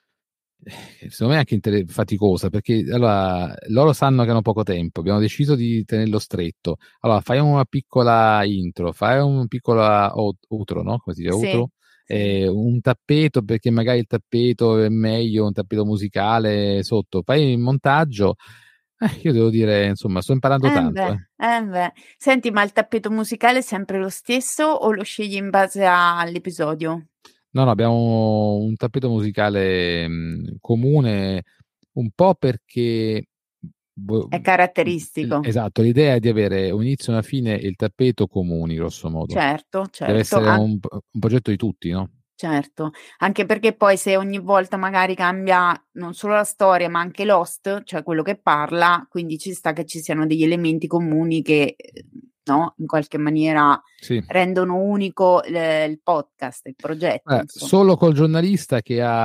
[SPEAKER 1] secondo me, anche faticosa, perché allora loro sanno che hanno poco tempo, abbiamo deciso di tenerlo stretto. Allora, fai una piccola intro, fai un piccolo outro, no? Come si dice,
[SPEAKER 2] sì,
[SPEAKER 1] outro?
[SPEAKER 2] sì.
[SPEAKER 1] Un tappeto, perché magari il tappeto è meglio, un tappeto musicale sotto. Fai il montaggio. Io devo dire, insomma, sto imparando tanto,
[SPEAKER 2] Beh, beh. Senti, ma il tappeto musicale è sempre lo stesso o lo scegli in base all'episodio?
[SPEAKER 1] No, no, abbiamo un tappeto musicale comune, un po' perché vo-
[SPEAKER 2] È caratteristico.
[SPEAKER 1] esatto, l'idea è di avere un inizio e una fine e il tappeto comuni, grosso modo.
[SPEAKER 2] Certo,
[SPEAKER 1] Deve
[SPEAKER 2] certo.
[SPEAKER 1] essere un progetto di tutti, no?
[SPEAKER 2] Certo, anche perché poi se ogni volta magari cambia non solo la storia, ma anche l'host, cioè quello che parla, quindi ci sta che ci siano degli elementi comuni che, no, in qualche maniera
[SPEAKER 1] Sì.
[SPEAKER 2] rendono unico il podcast, il progetto, insomma.
[SPEAKER 1] Solo col giornalista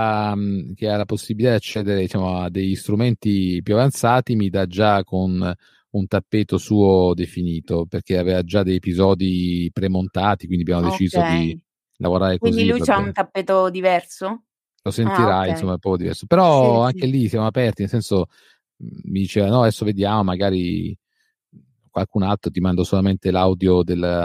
[SPEAKER 1] che ha la possibilità di accedere, diciamo, a degli strumenti più avanzati mi dà già con un tappeto suo definito, perché aveva già dei episodi premontati, quindi abbiamo deciso di
[SPEAKER 2] Ok.
[SPEAKER 1] lavorare
[SPEAKER 2] Quindi
[SPEAKER 1] così,
[SPEAKER 2] lui
[SPEAKER 1] va
[SPEAKER 2] c'ha un
[SPEAKER 1] bene.
[SPEAKER 2] tappeto diverso?
[SPEAKER 1] Lo
[SPEAKER 2] Ah,
[SPEAKER 1] sentirai,
[SPEAKER 2] ok.
[SPEAKER 1] insomma, è un po' diverso.
[SPEAKER 2] Sì,
[SPEAKER 1] Però anche
[SPEAKER 2] sì.
[SPEAKER 1] lì siamo aperti, nel senso, mi diceva, no, adesso vediamo, magari qualcun altro ti mando solamente l'audio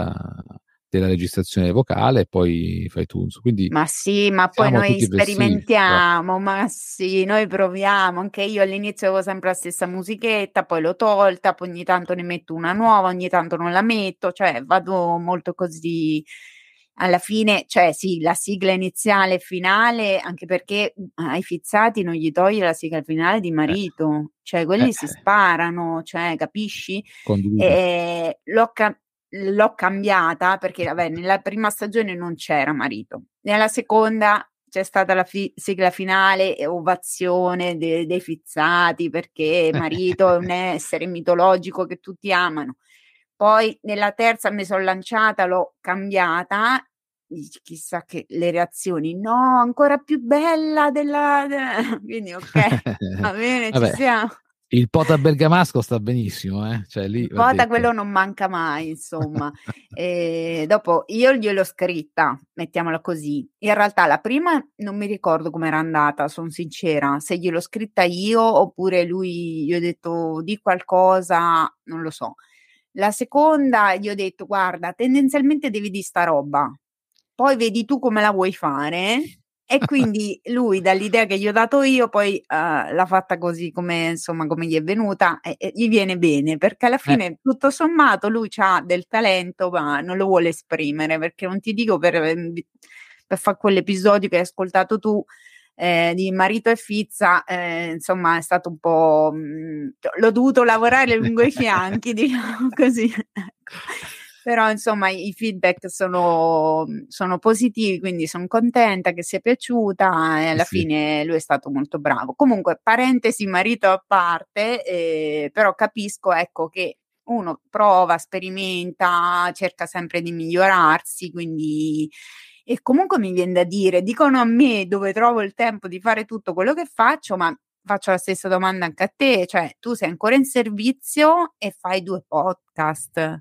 [SPEAKER 1] della registrazione vocale e poi fai tu. Quindi
[SPEAKER 2] Ma sì, ma poi
[SPEAKER 1] siamo
[SPEAKER 2] noi
[SPEAKER 1] tutti flessibili.
[SPEAKER 2] sperimentiamo, ma sì, noi proviamo. Anche io all'inizio avevo sempre la stessa musichetta, poi l'ho tolta, poi ogni tanto ne metto una nuova, ogni tanto non la metto, cioè vado molto così. Alla fine, cioè sì, la sigla iniziale e finale, anche perché ai fizzati non gli toglie la sigla finale di
[SPEAKER 1] Eh,
[SPEAKER 2] marito, cioè
[SPEAKER 1] eh,
[SPEAKER 2] quelli si sparano, cioè capisci?
[SPEAKER 1] condivido.
[SPEAKER 2] E l'ho cambiata perché, vabbè, nella prima stagione non c'era marito, nella seconda c'è stata la sigla finale e ovazione dei fizzati perché marito è un essere mitologico che tutti amano. Poi nella terza mi sono lanciata, l'ho cambiata. Dici, chissà che le reazioni, no, ancora più bella quindi ok, va bene, ci
[SPEAKER 1] Vabbè,
[SPEAKER 2] siamo.
[SPEAKER 1] il pota bergamasco sta benissimo, eh? Cioè lì
[SPEAKER 2] Il
[SPEAKER 1] va
[SPEAKER 2] Pota
[SPEAKER 1] detto.
[SPEAKER 2] quello non manca mai, insomma. Dopo io gliel'ho scritta, mettiamola così. In realtà la prima non mi ricordo com'era andata, sono sincera, se gliel'ho scritta io oppure lui gli ho detto di qualcosa, non lo so. La seconda gli ho detto guarda, tendenzialmente devi di sta roba, poi vedi tu come la vuoi fare. E quindi lui, dall'idea che gli ho dato io, poi l'ha fatta così come, insomma, come gli è venuta e gli viene bene, perché alla
[SPEAKER 1] Eh,
[SPEAKER 2] fine, tutto sommato, lui ha del talento, ma non lo vuole esprimere, perché non ti dico per fare quell'episodio che hai ascoltato tu, di Marito e Fizza, insomma, è stato un po', l'ho dovuto lavorare lungo i fianchi, diciamo così. Ecco. Però insomma i feedback sono positivi, quindi sono contenta che sia piaciuta e
[SPEAKER 1] sì,
[SPEAKER 2] alla
[SPEAKER 1] sì.
[SPEAKER 2] fine lui è stato molto bravo. Comunque, parentesi, marito a parte, però capisco ecco che uno prova, sperimenta, cerca sempre di migliorarsi, quindi e comunque mi viene da dire, dicono a me dove trovo il tempo di fare tutto quello che faccio, ma faccio la stessa domanda anche a te, cioè tu sei ancora in servizio e fai 2 podcast.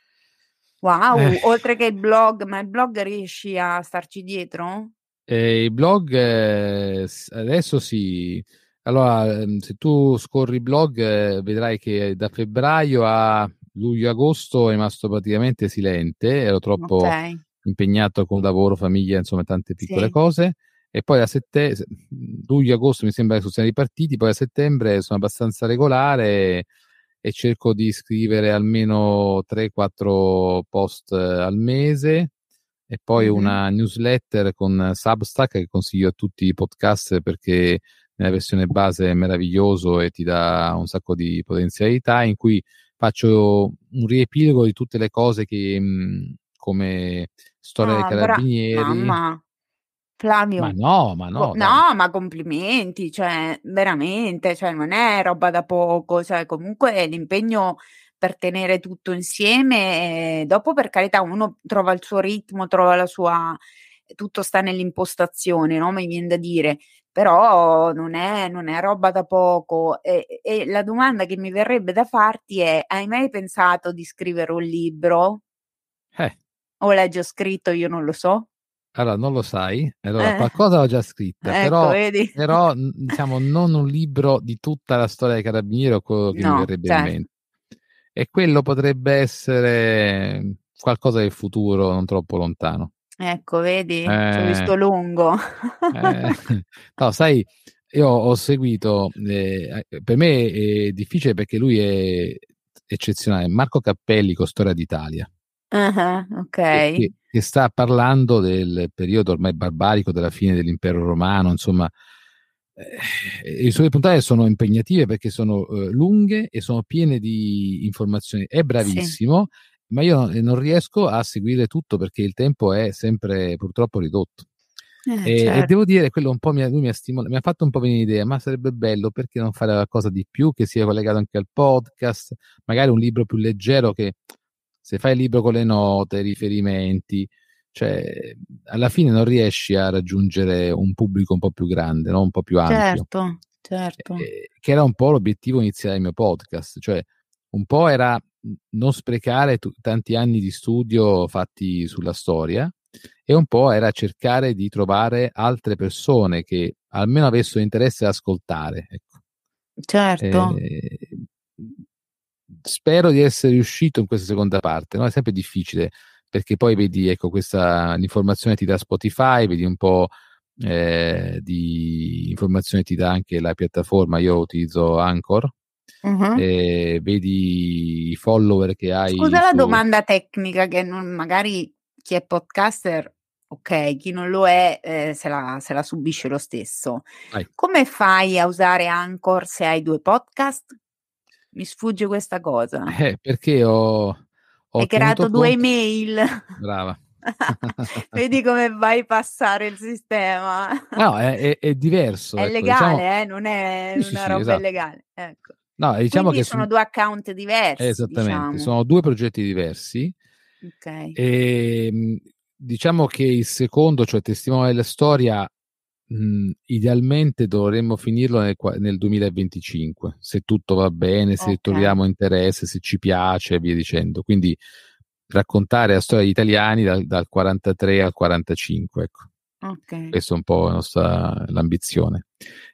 [SPEAKER 1] Eh,
[SPEAKER 2] Wow, oltre che il blog, ma il blog riesci a starci dietro?
[SPEAKER 1] il blog adesso sì. Allora, se tu scorri il blog, vedrai che da febbraio a luglio-agosto è rimasto praticamente silente, ero troppo
[SPEAKER 2] Okay,
[SPEAKER 1] impegnato con lavoro, famiglia, insomma, tante piccole
[SPEAKER 2] sì.
[SPEAKER 1] cose. E poi luglio-agosto mi sembra che sono ripartiti, poi a settembre sono abbastanza regolare e cerco di scrivere almeno 3-4 post al mese e poi
[SPEAKER 2] Mh-mh.
[SPEAKER 1] una newsletter con Substack che consiglio a tutti i podcast perché nella versione base è meraviglioso e ti dà un sacco di potenzialità, in cui faccio un riepilogo di tutte le cose che come storia dei
[SPEAKER 2] No,
[SPEAKER 1] carabinieri.
[SPEAKER 2] mamma, Flavio,
[SPEAKER 1] Ma no, dai.
[SPEAKER 2] no, ma complimenti, cioè, veramente, cioè, non è roba da poco, cioè, comunque l'impegno per tenere tutto insieme, dopo per carità uno trova il suo ritmo, trova la sua, tutto sta nell'impostazione, no? Mi viene da dire, però non è roba da poco. E la domanda che mi verrebbe da farti è: hai mai pensato di scrivere un libro?
[SPEAKER 1] Eh,
[SPEAKER 2] O l'hai già scritto, io non lo so.
[SPEAKER 1] allora non lo sai, allora
[SPEAKER 2] Eh,
[SPEAKER 1] qualcosa l'ho già scritta,
[SPEAKER 2] ecco,
[SPEAKER 1] però,
[SPEAKER 2] vedi?
[SPEAKER 1] diciamo non un libro di tutta la storia dei carabinieri o quello che mi
[SPEAKER 2] No,
[SPEAKER 1] verrebbe in
[SPEAKER 2] certo.
[SPEAKER 1] mente. E quello potrebbe essere qualcosa del futuro non troppo lontano.
[SPEAKER 2] Ecco, vedi? Ci ho
[SPEAKER 1] Eh,
[SPEAKER 2] visto lungo.
[SPEAKER 1] eh, no, sai, io ho seguito, per me è difficile perché lui è eccezionale, Marco Cappelli con Storia d'Italia,
[SPEAKER 2] Ah, ok.
[SPEAKER 1] che sta parlando del periodo ormai barbarico della fine dell'impero romano, insomma, le sue puntate sono impegnative perché sono lunghe e sono piene di informazioni. È
[SPEAKER 2] Sì,
[SPEAKER 1] bravissimo, ma io non riesco a seguire tutto perché il tempo è sempre purtroppo ridotto. E
[SPEAKER 2] certo.
[SPEAKER 1] devo dire, quello un po' lui mi ha mi ha fatto un po' venire l'idea, ma sarebbe bello perché non fare qualcosa di più che sia collegato anche al podcast, magari un libro più leggero che se fai il libro con le note, i riferimenti, cioè alla fine non riesci a raggiungere un pubblico un po' più grande, no? Un po' più ampio,
[SPEAKER 2] Certo, certo.
[SPEAKER 1] che era un po' l'obiettivo iniziale del mio podcast, cioè un po' era non sprecare tanti anni di studio fatti sulla storia e un po' era cercare di trovare altre persone che almeno avessero interesse ad ascoltare. Ecco.
[SPEAKER 2] Certo.
[SPEAKER 1] Eh, spero di essere riuscito in questa seconda parte, no? È sempre difficile perché poi vedi, ecco, l'informazione ti dà Spotify, vedi un po' di informazione ti dà anche la piattaforma, io utilizzo Anchor,
[SPEAKER 2] Mhm.
[SPEAKER 1] vedi i follower che hai
[SPEAKER 2] Scusa la
[SPEAKER 1] su.
[SPEAKER 2] domanda tecnica che magari chi è podcaster, ok, chi non lo è, se la subisce lo stesso.
[SPEAKER 1] Vai.
[SPEAKER 2] Come fai a usare Anchor se hai due podcast? Mi sfugge questa cosa.
[SPEAKER 1] Perché ho
[SPEAKER 2] Hai
[SPEAKER 1] tenuto
[SPEAKER 2] creato due
[SPEAKER 1] conto.
[SPEAKER 2] email.
[SPEAKER 1] Brava.
[SPEAKER 2] Vedi come vai passare il sistema.
[SPEAKER 1] No, è diverso,
[SPEAKER 2] È
[SPEAKER 1] ecco, diciamo.
[SPEAKER 2] legale, non è
[SPEAKER 1] Sì, sì,
[SPEAKER 2] una
[SPEAKER 1] sì,
[SPEAKER 2] roba
[SPEAKER 1] esatto.
[SPEAKER 2] illegale. Ecco.
[SPEAKER 1] No, diciamo
[SPEAKER 2] Quindi
[SPEAKER 1] che
[SPEAKER 2] sono due account diversi,
[SPEAKER 1] esattamente,
[SPEAKER 2] diciamo.
[SPEAKER 1] sono due progetti diversi.
[SPEAKER 2] Ok.
[SPEAKER 1] E, diciamo che il secondo, cioè Testimone della Storia, idealmente dovremmo finirlo nel 2025, se tutto va bene, se
[SPEAKER 2] Ok.
[SPEAKER 1] troviamo interesse, se ci piace e via dicendo. Quindi raccontare la storia degli italiani dal 43 al 45, ecco.
[SPEAKER 2] Ok.
[SPEAKER 1] Questa è un po' l'ambizione.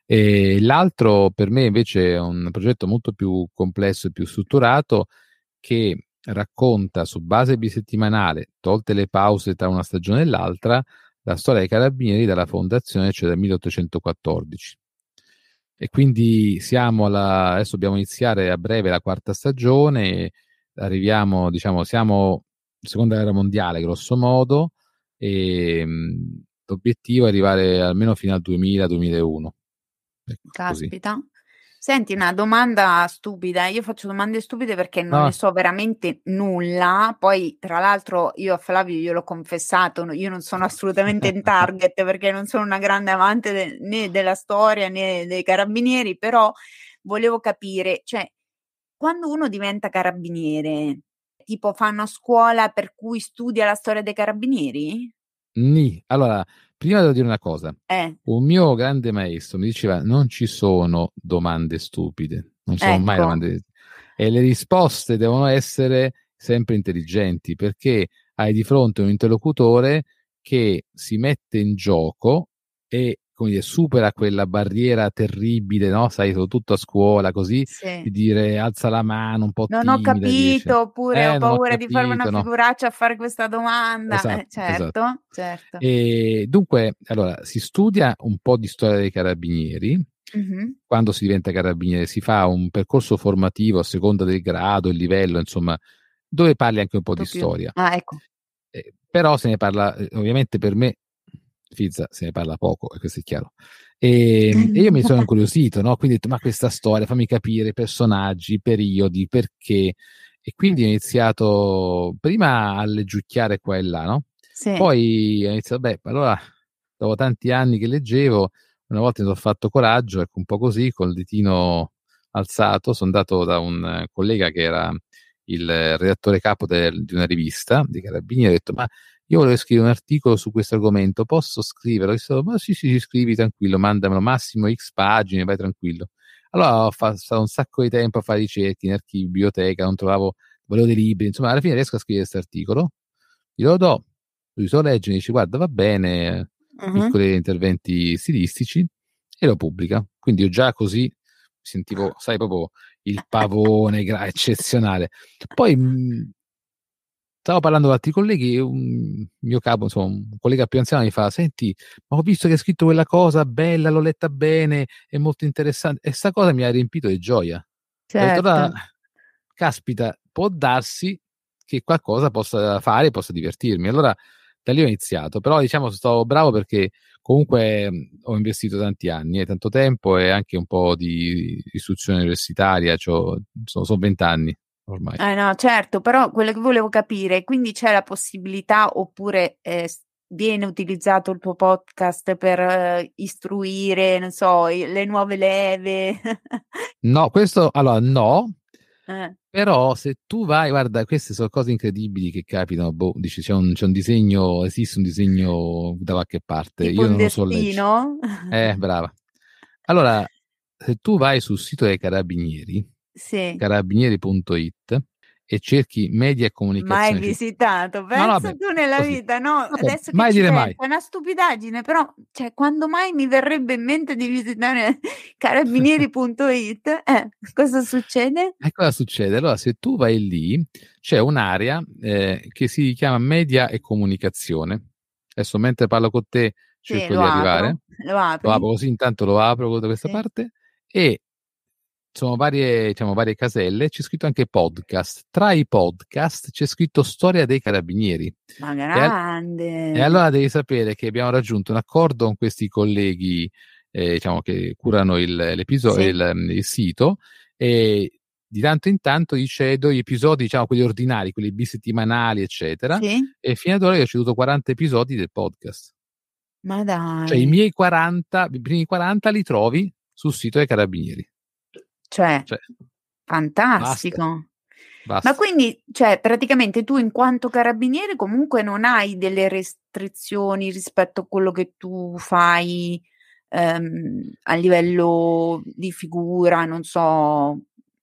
[SPEAKER 1] E l'altro per me invece è un progetto molto più complesso e più strutturato che racconta su base bisettimanale, tolte le pause tra una stagione e l'altra, la storia dei carabinieri dalla fondazione, cioè dal 1814. E quindi adesso dobbiamo iniziare a breve la quarta stagione, arriviamo, diciamo, siamo seconda guerra mondiale grosso modo, e l'obiettivo è arrivare almeno fino al 2000-2001. Ecco, così.
[SPEAKER 2] Caspita. Senti, una domanda stupida. Io faccio domande stupide perché non ne
[SPEAKER 1] No,
[SPEAKER 2] so veramente nulla. Poi, tra l'altro, io a Flavio gliel'ho confessato, io non sono assolutamente in target perché non sono una grande amante né della storia né dei carabinieri, però volevo capire, cioè, quando uno diventa carabiniere, tipo fa una scuola per cui studia la storia dei carabinieri?
[SPEAKER 1] Allora, prima devo dire una cosa. Un mio grande maestro mi diceva: non ci sono domande stupide, non ci sono mai
[SPEAKER 2] Ecco,
[SPEAKER 1] domande, e le risposte devono essere sempre intelligenti perché hai di fronte un interlocutore che si mette in gioco e, come dire, supera quella barriera terribile, no? Sai, soprattutto a scuola, così,
[SPEAKER 2] sì.
[SPEAKER 1] di dire alza la mano un po'
[SPEAKER 2] Non ho
[SPEAKER 1] timida, dice
[SPEAKER 2] capito, oppure ho
[SPEAKER 1] non ho
[SPEAKER 2] paura di farmi una
[SPEAKER 1] capito, no?
[SPEAKER 2] figuraccia a fare questa domanda.
[SPEAKER 1] Esatto, esatto.
[SPEAKER 2] Certo, certo.
[SPEAKER 1] E dunque, allora, si studia un po' di storia dei carabinieri.
[SPEAKER 2] Mh-mh.
[SPEAKER 1] Quando si diventa carabiniere si fa un percorso formativo a seconda del grado, il livello, insomma, dove parli anche un po' di
[SPEAKER 2] Tu più
[SPEAKER 1] storia.
[SPEAKER 2] ecco.
[SPEAKER 1] Però se ne parla, ovviamente per me Fizza se ne parla poco, e questo è chiaro. E io mi sono incuriosito, no? Quindi ho detto, ma questa storia, fammi capire personaggi, periodi, perché. E quindi ho iniziato prima a leggiucchiare qua e là, no?
[SPEAKER 2] Sì.
[SPEAKER 1] Poi ho iniziato, allora, dopo tanti anni che leggevo, una volta mi sono fatto coraggio, ecco, un po' così, col ditino alzato, sono andato da un collega che era il redattore capo di una rivista di Carabinieri, ho detto, ma io volevo scrivere un articolo su questo argomento, posso scriverlo? Ma sì, scrivi tranquillo, mandamelo, massimo X pagine, vai tranquillo. Allora ho passato un sacco di tempo a fare ricerche in archivi, biblioteca, non trovavo, volevo dei libri, insomma, alla fine riesco a scrivere questo articolo, glielo do, lui se lo legge e dice, guarda, va bene,
[SPEAKER 2] Mhm.
[SPEAKER 1] piccoli interventi stilistici, e lo pubblica. Quindi io già così sentivo, sai, proprio il pavone eccezionale. Poi stavo parlando con altri colleghi e un mio capo, insomma, un collega più anziano mi fa, senti, ma ho visto che hai scritto quella cosa bella, l'ho letta bene, è molto interessante. E sta cosa mi ha riempito di gioia. Ho detto, allora,
[SPEAKER 2] Certo.
[SPEAKER 1] caspita, può darsi che qualcosa possa fare, possa divertirmi. Allora, da lì ho iniziato. Però, diciamo, sono bravo perché comunque ho investito tanti anni, tanto tempo e anche un po' di istruzione universitaria. Sono 20 anni ormai.
[SPEAKER 2] No, certo, però quello che volevo capire, quindi c'è la possibilità oppure viene utilizzato il tuo podcast per istruire, non so, le nuove leve?
[SPEAKER 1] No, questo, allora, no.
[SPEAKER 2] Eh,
[SPEAKER 1] Però se tu vai, guarda, queste sono cose incredibili che capitano, dici c'è un disegno, esiste un disegno da qualche parte,
[SPEAKER 2] tipo
[SPEAKER 1] io
[SPEAKER 2] un
[SPEAKER 1] non lo so leggere.
[SPEAKER 2] destino?
[SPEAKER 1] Brava. Allora, se tu vai sul sito dei Carabinieri,
[SPEAKER 2] Sì,
[SPEAKER 1] carabinieri.it, e cerchi media e
[SPEAKER 2] mai
[SPEAKER 1] comunicazione
[SPEAKER 2] visitato.
[SPEAKER 1] no, no,
[SPEAKER 2] Pensa
[SPEAKER 1] vabbè,
[SPEAKER 2] tu nella
[SPEAKER 1] così.
[SPEAKER 2] vita, no?
[SPEAKER 1] Vabbè,
[SPEAKER 2] Adesso che
[SPEAKER 1] mai
[SPEAKER 2] ci
[SPEAKER 1] dire
[SPEAKER 2] penso,
[SPEAKER 1] mai.
[SPEAKER 2] è una stupidaggine, però, cioè, quando mai mi verrebbe in mente di visitare carabinieri.it? Cosa succede?
[SPEAKER 1] E cosa succede? Allora, se tu vai lì, c'è un'area che si chiama media e comunicazione. Adesso, mentre parlo con te,
[SPEAKER 2] Sì,
[SPEAKER 1] cerco
[SPEAKER 2] lo
[SPEAKER 1] di arrivare.
[SPEAKER 2] apro. Lo
[SPEAKER 1] Lo
[SPEAKER 2] apri?
[SPEAKER 1] apro così, intanto lo apro da questa
[SPEAKER 2] Sì.
[SPEAKER 1] parte e sono varie, diciamo, varie caselle. C'è scritto anche podcast. Tra i podcast c'è scritto Storia dei Carabinieri.
[SPEAKER 2] Ma
[SPEAKER 1] E, al- e
[SPEAKER 2] grande.
[SPEAKER 1] allora devi sapere che abbiamo raggiunto un accordo con questi colleghi, diciamo, che curano l'episodio,
[SPEAKER 2] Sì,
[SPEAKER 1] il sito, e di tanto in tanto gli cedo gli episodi, diciamo, quelli ordinari, quelli bisettimanali, eccetera.
[SPEAKER 2] sì.
[SPEAKER 1] E fino ad ora io ho ceduto 40 episodi del podcast.
[SPEAKER 2] Ma
[SPEAKER 1] Cioè
[SPEAKER 2] dai.
[SPEAKER 1] i primi 40 li trovi sul sito dei Carabinieri.
[SPEAKER 2] Cioè,
[SPEAKER 1] Cioè, basta,
[SPEAKER 2] fantastico. Ma
[SPEAKER 1] basta.
[SPEAKER 2] quindi, cioè, praticamente tu in quanto carabiniere comunque non hai delle restrizioni rispetto a quello che tu fai a livello di figura, non so,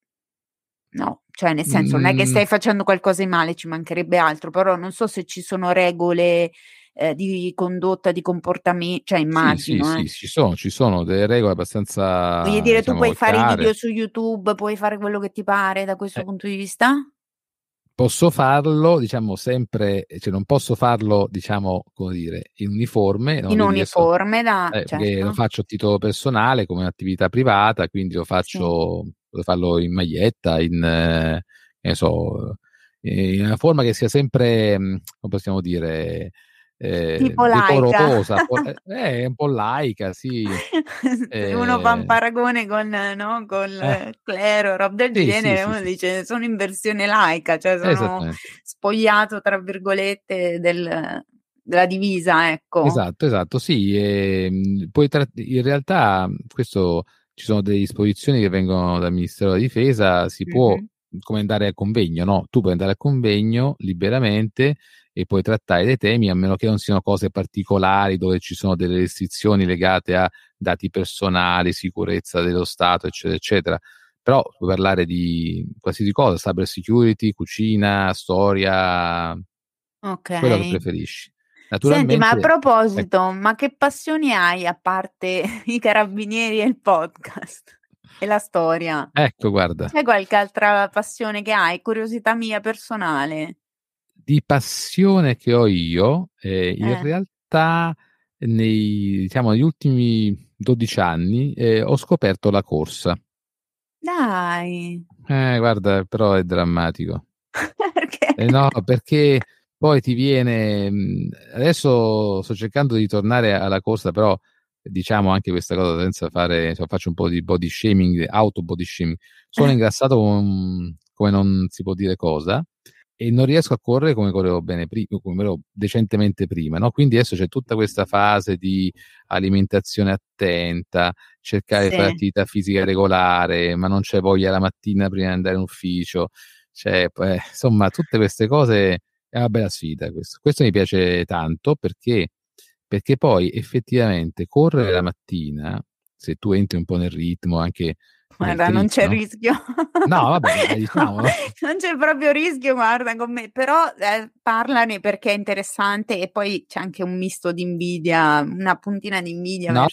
[SPEAKER 2] no, cioè nel senso non è che
[SPEAKER 1] Mm,
[SPEAKER 2] stai facendo qualcosa di male, ci mancherebbe altro, però non so se ci sono regole di condotta, di comportamento, cioè
[SPEAKER 1] sì, sì,
[SPEAKER 2] immagino,
[SPEAKER 1] sì, ci sono delle regole
[SPEAKER 2] Voglio
[SPEAKER 1] abbastanza,
[SPEAKER 2] dire, tu puoi
[SPEAKER 1] diciamo,
[SPEAKER 2] fare i video
[SPEAKER 1] chiare.
[SPEAKER 2] su YouTube, puoi fare quello che ti pare da questo
[SPEAKER 1] Eh,
[SPEAKER 2] punto di vista?
[SPEAKER 1] Posso farlo, diciamo, sempre, cioè non posso farlo, diciamo, come dire, in uniforme, no?
[SPEAKER 2] In
[SPEAKER 1] Quindi adesso,
[SPEAKER 2] uniforme da
[SPEAKER 1] perché lo
[SPEAKER 2] certo,
[SPEAKER 1] faccio a titolo personale come un'attività privata, quindi
[SPEAKER 2] sì.
[SPEAKER 1] posso farlo in maglietta, che ne so, in una forma che sia sempre, come possiamo dire,
[SPEAKER 2] Tipo laica.
[SPEAKER 1] decorosa, un po' laica, sì.
[SPEAKER 2] Se uno fa un
[SPEAKER 1] Eh,
[SPEAKER 2] paragone con no,
[SPEAKER 1] eh,
[SPEAKER 2] col clero, roba del
[SPEAKER 1] sì, sì,
[SPEAKER 2] genere,
[SPEAKER 1] sì,
[SPEAKER 2] uno
[SPEAKER 1] sì,
[SPEAKER 2] dice: "Sono in versione laica", cioè sono
[SPEAKER 1] esattamente.
[SPEAKER 2] "spogliato" tra virgolette della divisa, ecco.
[SPEAKER 1] Esatto, esatto, sì, poi in realtà questo ci sono delle disposizioni che vengono dal Ministero della Difesa, si può
[SPEAKER 2] Mh-mh.
[SPEAKER 1] come andare al convegno, no? Tu puoi andare al convegno liberamente e puoi trattare dei temi, a meno che non siano cose particolari dove ci sono delle restrizioni legate a dati personali, sicurezza dello Stato, eccetera, eccetera. Però puoi parlare di qualsiasi cosa, cyber security, cucina, storia, quello che
[SPEAKER 2] Okay.
[SPEAKER 1] preferisci.
[SPEAKER 2] Senti, ma a
[SPEAKER 1] Naturalmente, ecco,
[SPEAKER 2] proposito, ma che passioni hai a parte i carabinieri e il podcast e la storia?
[SPEAKER 1] ecco, guarda,
[SPEAKER 2] C'è qualche altra passione che hai? Curiosità mia personale.
[SPEAKER 1] di passione che ho io, in
[SPEAKER 2] Eh.
[SPEAKER 1] realtà diciamo, negli ultimi 12 anni ho scoperto la corsa.
[SPEAKER 2] Dai.
[SPEAKER 1] Guarda, però è drammatico.
[SPEAKER 2] Perché?
[SPEAKER 1] No, perché poi ti viene, adesso sto cercando di tornare alla corsa, però diciamo anche questa cosa senza fare, cioè, faccio un po' di body shaming, auto body shaming, sono ingrassato come non si può dire cosa, e non riesco a correre come correvo bene prima, come ero decentemente prima, no? Quindi adesso c'è tutta questa fase di alimentazione attenta, cercare di fare
[SPEAKER 2] Sì.
[SPEAKER 1] attività fisica regolare, ma non c'è voglia la mattina prima di andare in ufficio, cioè, insomma, tutte queste cose è una bella sfida questo. Questo mi piace tanto perché poi effettivamente correre la mattina, se tu entri un po' nel ritmo, anche nel
[SPEAKER 2] Guarda, non
[SPEAKER 1] trip,
[SPEAKER 2] c'è
[SPEAKER 1] no?
[SPEAKER 2] rischio.
[SPEAKER 1] No, vabbè, dai,
[SPEAKER 2] No,
[SPEAKER 1] diciamolo.
[SPEAKER 2] non c'è proprio rischio, guarda con me, però parlane perché è interessante e poi c'è anche un misto di invidia, una puntina di invidia
[SPEAKER 1] No,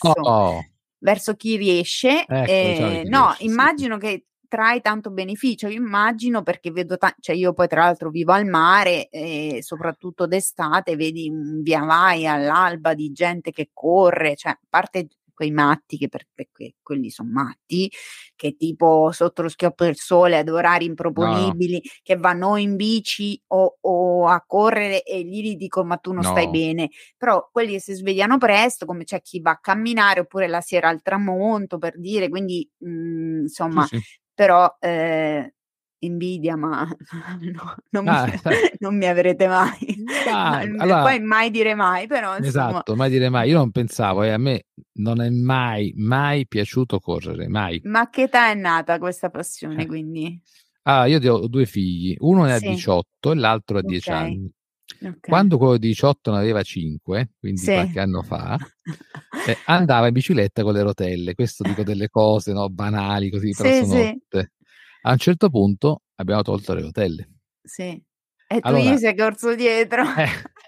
[SPEAKER 2] verso chi riesce.
[SPEAKER 1] ecco, diciamo chi
[SPEAKER 2] No,
[SPEAKER 1] riesce, sì, sì.
[SPEAKER 2] immagino che trai tanto beneficio, io immagino perché vedo, cioè io poi tra l'altro vivo al mare e soprattutto d'estate vedi un via vai all'alba di gente che corre, cioè a parte quei matti che perché quelli sono matti, che tipo sotto lo schioppo del sole ad orari
[SPEAKER 1] No, no,
[SPEAKER 2] improponibili, che vanno o in bici o a correre e gli dico ma tu non stai
[SPEAKER 1] no,
[SPEAKER 2] bene, però quelli che si svegliano presto, come c'è chi va a camminare oppure la sera al tramonto per dire, quindi
[SPEAKER 1] sì,
[SPEAKER 2] insomma,
[SPEAKER 1] sì.
[SPEAKER 2] però invidia, ma no,
[SPEAKER 1] Ah,
[SPEAKER 2] non mi avrete mai,
[SPEAKER 1] allora,
[SPEAKER 2] poi mai dire mai, però insomma,
[SPEAKER 1] esatto, mai dire mai. Io non pensavo, a me non è mai, mai piaciuto correre, mai.
[SPEAKER 2] ma che età è nata questa passione
[SPEAKER 1] Eh.
[SPEAKER 2] quindi?
[SPEAKER 1] Ah, io ho due figli, uno ne ha
[SPEAKER 2] Sì,
[SPEAKER 1] 18 e l'altro ha 10
[SPEAKER 2] ok,
[SPEAKER 1] anni.
[SPEAKER 2] ok.
[SPEAKER 1] Quando quello di 18 ne aveva 5, quindi
[SPEAKER 2] Sì.
[SPEAKER 1] qualche anno fa, andava in bicicletta con le rotelle. Questo dico delle cose, no, banali così, però
[SPEAKER 2] Sì,
[SPEAKER 1] sono
[SPEAKER 2] sì,
[SPEAKER 1] tutte. A un certo punto abbiamo tolto le rotelle.
[SPEAKER 2] sì. E tu gli
[SPEAKER 1] Allora,
[SPEAKER 2] sei corso dietro.
[SPEAKER 1] eh,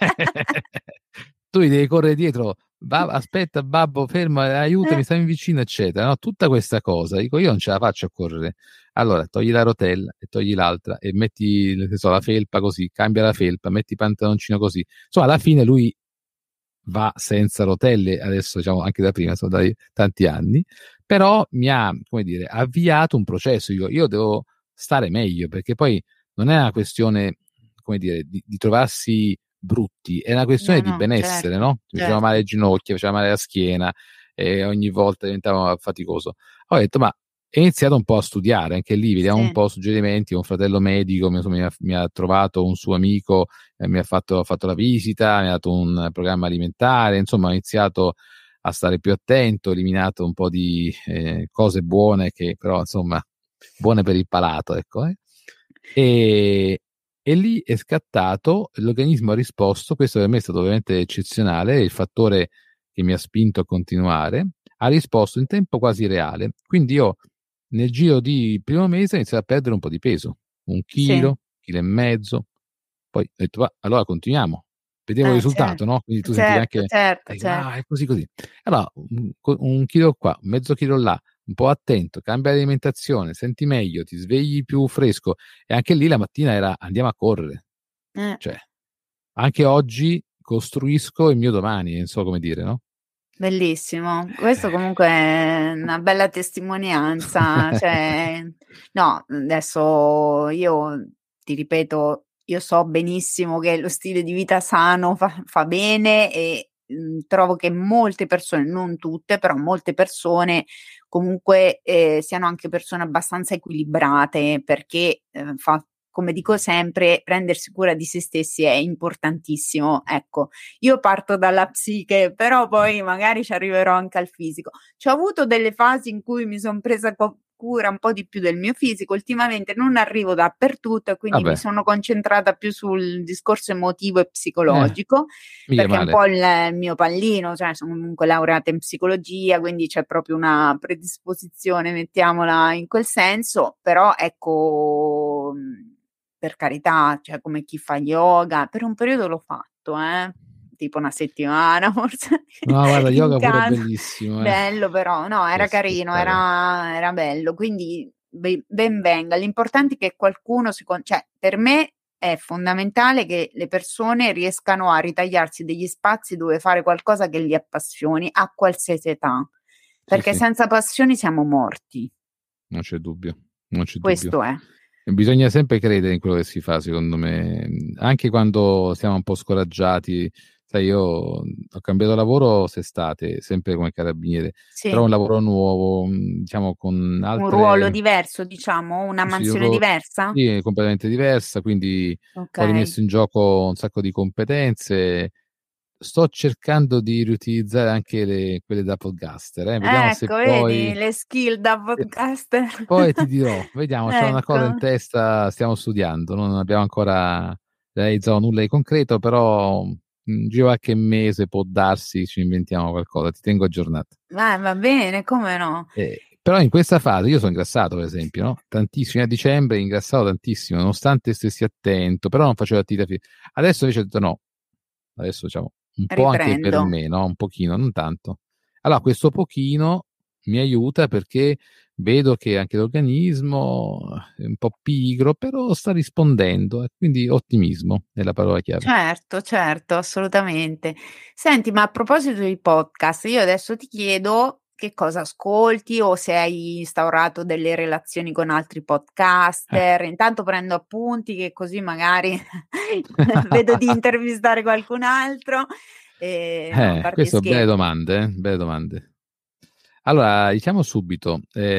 [SPEAKER 1] tu gli devi correre dietro, aspetta, babbo, ferma, aiutami,
[SPEAKER 2] Eh,
[SPEAKER 1] stammi vicino, eccetera. No? Tutta questa cosa, dico, io non ce la faccio a correre. Allora, togli la rotella e togli l'altra e metti, che so, la felpa così, cambia la felpa, metti il pantaloncino così. Insomma, alla fine lui va senza rotelle, adesso diciamo anche da prima, sono dai tanti anni, però mi ha, come dire, avviato un processo. Io devo stare meglio, perché poi non è una questione, come dire, di trovarsi brutti, è una questione
[SPEAKER 2] no,
[SPEAKER 1] di
[SPEAKER 2] no,
[SPEAKER 1] benessere,
[SPEAKER 2] certo,
[SPEAKER 1] no? Mi faceva male
[SPEAKER 2] certo.
[SPEAKER 1] le ginocchia, mi faceva male la schiena e ogni volta diventava faticoso. Ho detto, ma ho iniziato un po' a studiare, anche lì vediamo un
[SPEAKER 2] Sì,
[SPEAKER 1] po' suggerimenti, un fratello medico mi ha trovato un suo amico, ha fatto la visita, mi ha dato un programma alimentare, insomma ho iniziato a stare più attento, ho eliminato un po' di cose buone che però insomma buone per il palato, ecco. E, e lì è scattato, l'organismo ha risposto, questo per me è stato veramente eccezionale, il fattore che mi ha spinto a continuare, ha risposto in tempo quasi reale. Quindi io nel giro di primo mese ho iniziato a perdere un po' di peso, un
[SPEAKER 2] sì,
[SPEAKER 1] chilo e mezzo, poi ho detto, va, allora continuiamo. Vedevo il risultato,
[SPEAKER 2] certo,
[SPEAKER 1] no? Quindi tu sentivi
[SPEAKER 2] certo,
[SPEAKER 1] anche,
[SPEAKER 2] certo,
[SPEAKER 1] ah,
[SPEAKER 2] certo.
[SPEAKER 1] è così così. Allora, un chilo qua, mezzo chilo là, un po' attento, cambia l'alimentazione, senti meglio, ti svegli più fresco. E anche lì la mattina era andiamo a correre.
[SPEAKER 2] Eh.
[SPEAKER 1] Cioè, anche oggi costruisco il mio domani, non so come dire, no?
[SPEAKER 2] Bellissimo, questo comunque è una bella testimonianza, cioè, no, adesso io ti ripeto, io so benissimo che lo stile di vita sano fa bene e trovo che molte persone, non tutte, però molte persone comunque siano anche persone abbastanza equilibrate perché fa, come dico sempre, prendersi cura di se stessi è importantissimo, ecco. Io parto dalla psiche, però poi magari ci arriverò anche al fisico. C'ho avuto delle fasi in cui mi son presa cura un po' di più del mio fisico, ultimamente non arrivo dappertutto e quindi mi
[SPEAKER 1] Vabbè,
[SPEAKER 2] sono concentrata più sul discorso emotivo e psicologico,
[SPEAKER 1] mica
[SPEAKER 2] perché è un
[SPEAKER 1] male.
[SPEAKER 2] po' il mio pallino, cioè sono comunque laureata in psicologia, quindi c'è proprio una predisposizione, mettiamola in quel senso, però ecco, per carità, cioè come chi fa yoga, per un periodo l'ho fatto, tipo una settimana forse
[SPEAKER 1] No, guarda,
[SPEAKER 2] in
[SPEAKER 1] yoga pure è
[SPEAKER 2] casa.
[SPEAKER 1] bellissimo, eh.
[SPEAKER 2] Bello però, no,
[SPEAKER 1] Che
[SPEAKER 2] era carino,
[SPEAKER 1] spettacolo.
[SPEAKER 2] era bello, quindi ben venga. L'importante è che qualcuno cioè per me è fondamentale che le persone riescano a ritagliarsi degli spazi dove fare qualcosa che li appassioni a qualsiasi età,
[SPEAKER 1] Sì,
[SPEAKER 2] perché
[SPEAKER 1] sì,
[SPEAKER 2] senza passioni siamo morti.
[SPEAKER 1] non c'è dubbio, non c'è dubbio.
[SPEAKER 2] Questo è.
[SPEAKER 1] Bisogna sempre credere in quello che si fa, secondo me, anche quando siamo un po' scoraggiati. Sai, io ho cambiato lavoro quest'estate, sempre come carabiniere, però
[SPEAKER 2] Sì,
[SPEAKER 1] un lavoro nuovo, diciamo, con
[SPEAKER 2] un ruolo
[SPEAKER 1] altre,
[SPEAKER 2] diverso, diciamo, una
[SPEAKER 1] sì,
[SPEAKER 2] mansione diversa?
[SPEAKER 1] sì, completamente diversa, quindi
[SPEAKER 2] Ok.
[SPEAKER 1] ho rimesso in gioco un sacco di competenze. Sto cercando di riutilizzare anche quelle da podcaster, vediamo se
[SPEAKER 2] Ecco, vedi
[SPEAKER 1] poi...
[SPEAKER 2] le skill da podcaster.
[SPEAKER 1] Poi ti dirò, vediamo, c'è una cosa in
[SPEAKER 2] Ecco.
[SPEAKER 1] testa, stiamo studiando, non abbiamo ancora realizzato nulla di concreto, però in giro a qualche mese può darsi, ci inventiamo qualcosa, ti tengo aggiornato.
[SPEAKER 2] Va bene, come no?
[SPEAKER 1] Però in questa fase io sono ingrassato, per esempio, no? Tantissimo, a dicembre ingrassato tantissimo, nonostante stessi attento, però non facevo attività fisica. Adesso invece ho detto no, adesso diciamo un po' anche per
[SPEAKER 2] Riprendo.
[SPEAKER 1] me, no? Un pochino, non tanto. Allora, questo pochino mi aiuta perché vedo che anche l'organismo è un po' pigro, però sta rispondendo, e quindi ottimismo è la parola chiave.
[SPEAKER 2] Certo, certo, assolutamente. Senti, ma a proposito di podcast, io adesso ti chiedo che cosa ascolti o se hai instaurato delle relazioni con altri
[SPEAKER 1] Eh.
[SPEAKER 2] podcaster. Intanto prendo appunti che così magari vedo di intervistare qualcun altro. No, a parte
[SPEAKER 1] Queste sono belle
[SPEAKER 2] scherzi.
[SPEAKER 1] domande, belle domande. Allora, diciamo subito,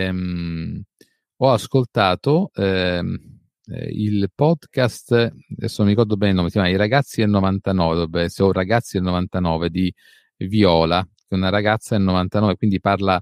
[SPEAKER 1] ho ascoltato il podcast, adesso non mi ricordo bene il nome, si chiama I ragazzi del 99, dovrebbe essere, o Ragazzi del 99 di Viola, che è una ragazza del 99, quindi parla,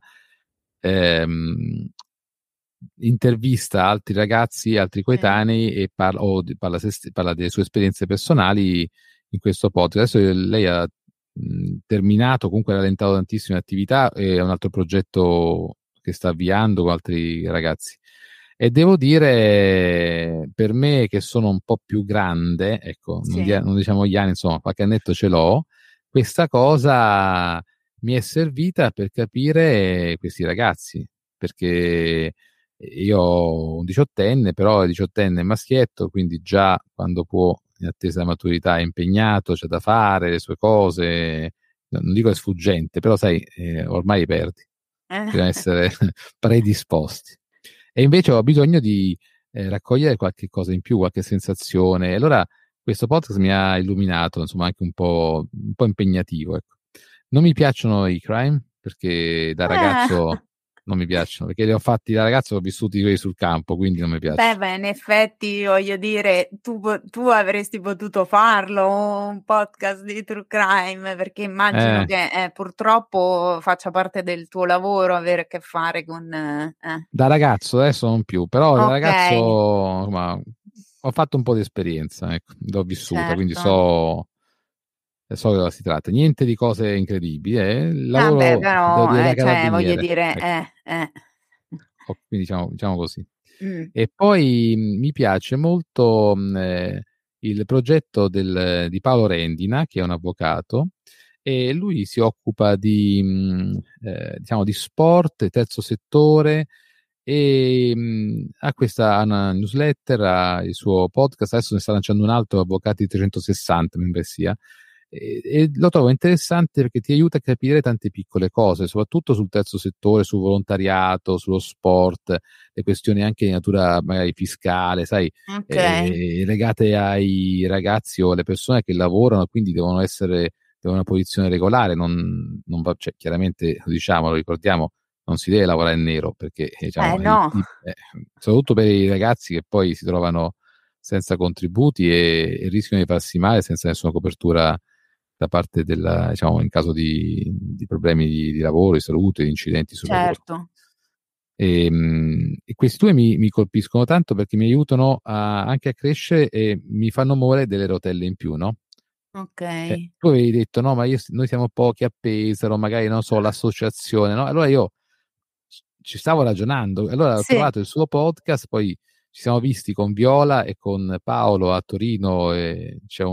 [SPEAKER 1] ehm, intervista altri ragazzi, altri
[SPEAKER 2] Sì,
[SPEAKER 1] coetanei e parla delle sue esperienze personali in questo podcast. Adesso lei ha terminato, comunque ha rallentato tantissime attività e ha un altro progetto che sta avviando con altri ragazzi. E devo dire, per me che sono un po' più grande, ecco,
[SPEAKER 2] sì.
[SPEAKER 1] non diciamo gli anni, insomma, qualche annetto ce l'ho, questa cosa mi è servita per capire questi ragazzi, perché io ho un diciottenne, però è diciottenne maschietto, quindi già quando può, in attesa della maturità, è impegnato, c'è da fare le sue cose, non dico è sfuggente, però sai, ormai perdi,
[SPEAKER 2] Eh.
[SPEAKER 1] bisogna essere predisposti. E invece ho bisogno di raccogliere qualche cosa in più, qualche sensazione. Allora questo podcast mi ha illuminato, insomma, anche un po' impegnativo, ecco. Non mi piacciono i crime, perché da
[SPEAKER 2] Ah.
[SPEAKER 1] ragazzo non mi piacciono, perché li ho fatti da ragazzo, ho vissuti quelli sul campo, quindi non mi
[SPEAKER 2] Beh,
[SPEAKER 1] piacciono.
[SPEAKER 2] ma in effetti voglio dire, tu avresti potuto farlo un podcast di true crime, perché immagino
[SPEAKER 1] Eh,
[SPEAKER 2] che purtroppo faccia parte del tuo lavoro avere a che fare con...
[SPEAKER 1] Da ragazzo adesso non più, però da
[SPEAKER 2] Ok,
[SPEAKER 1] ragazzo insomma, ho fatto un po' di esperienza, ecco, l'ho vissuta, quindi
[SPEAKER 2] certo.
[SPEAKER 1] so di cosa si tratta. Niente di cose incredibili, il
[SPEAKER 2] Vabbè,
[SPEAKER 1] lavoro, devo
[SPEAKER 2] però,
[SPEAKER 1] dire, da
[SPEAKER 2] cioè, voglio
[SPEAKER 1] carabiniere,
[SPEAKER 2] dire,
[SPEAKER 1] ecco. Quindi diciamo così.
[SPEAKER 2] mm,
[SPEAKER 1] E poi mi piace molto il progetto di Paolo Rendina, che è un avvocato, e lui si occupa diciamo, di sport, terzo settore, e ha questa ha una newsletter, ha il suo podcast, adesso ne sta lanciando un altro, Avvocati 360, mi pare sia, e lo trovo interessante perché ti aiuta a capire tante piccole cose, soprattutto sul terzo settore, sul volontariato, sullo sport, le questioni anche di natura magari fiscale, sai,
[SPEAKER 2] ok,
[SPEAKER 1] legate ai ragazzi o alle persone che lavorano, quindi devono avere una posizione regolare, non va, cioè, chiaramente lo diciamo, lo ricordiamo, non si deve lavorare in nero, perché diciamo,
[SPEAKER 2] no,
[SPEAKER 1] soprattutto per i ragazzi che poi si trovano senza contributi e rischiano di farsi male senza nessuna copertura da parte diciamo, in caso di problemi di lavoro, di salute, di incidenti sul lavoro.
[SPEAKER 2] certo,
[SPEAKER 1] E questi due mi colpiscono tanto perché mi aiutano anche a crescere e mi fanno muovere delle rotelle in più, no?
[SPEAKER 2] ok.
[SPEAKER 1] Tu avevi detto, no, ma noi siamo pochi a Pesaro, magari non so, l'associazione, no? Allora io ci stavo ragionando, allora ho
[SPEAKER 2] Sì,
[SPEAKER 1] trovato il suo podcast, poi ci siamo visti con Viola e con Paolo a Torino e c'è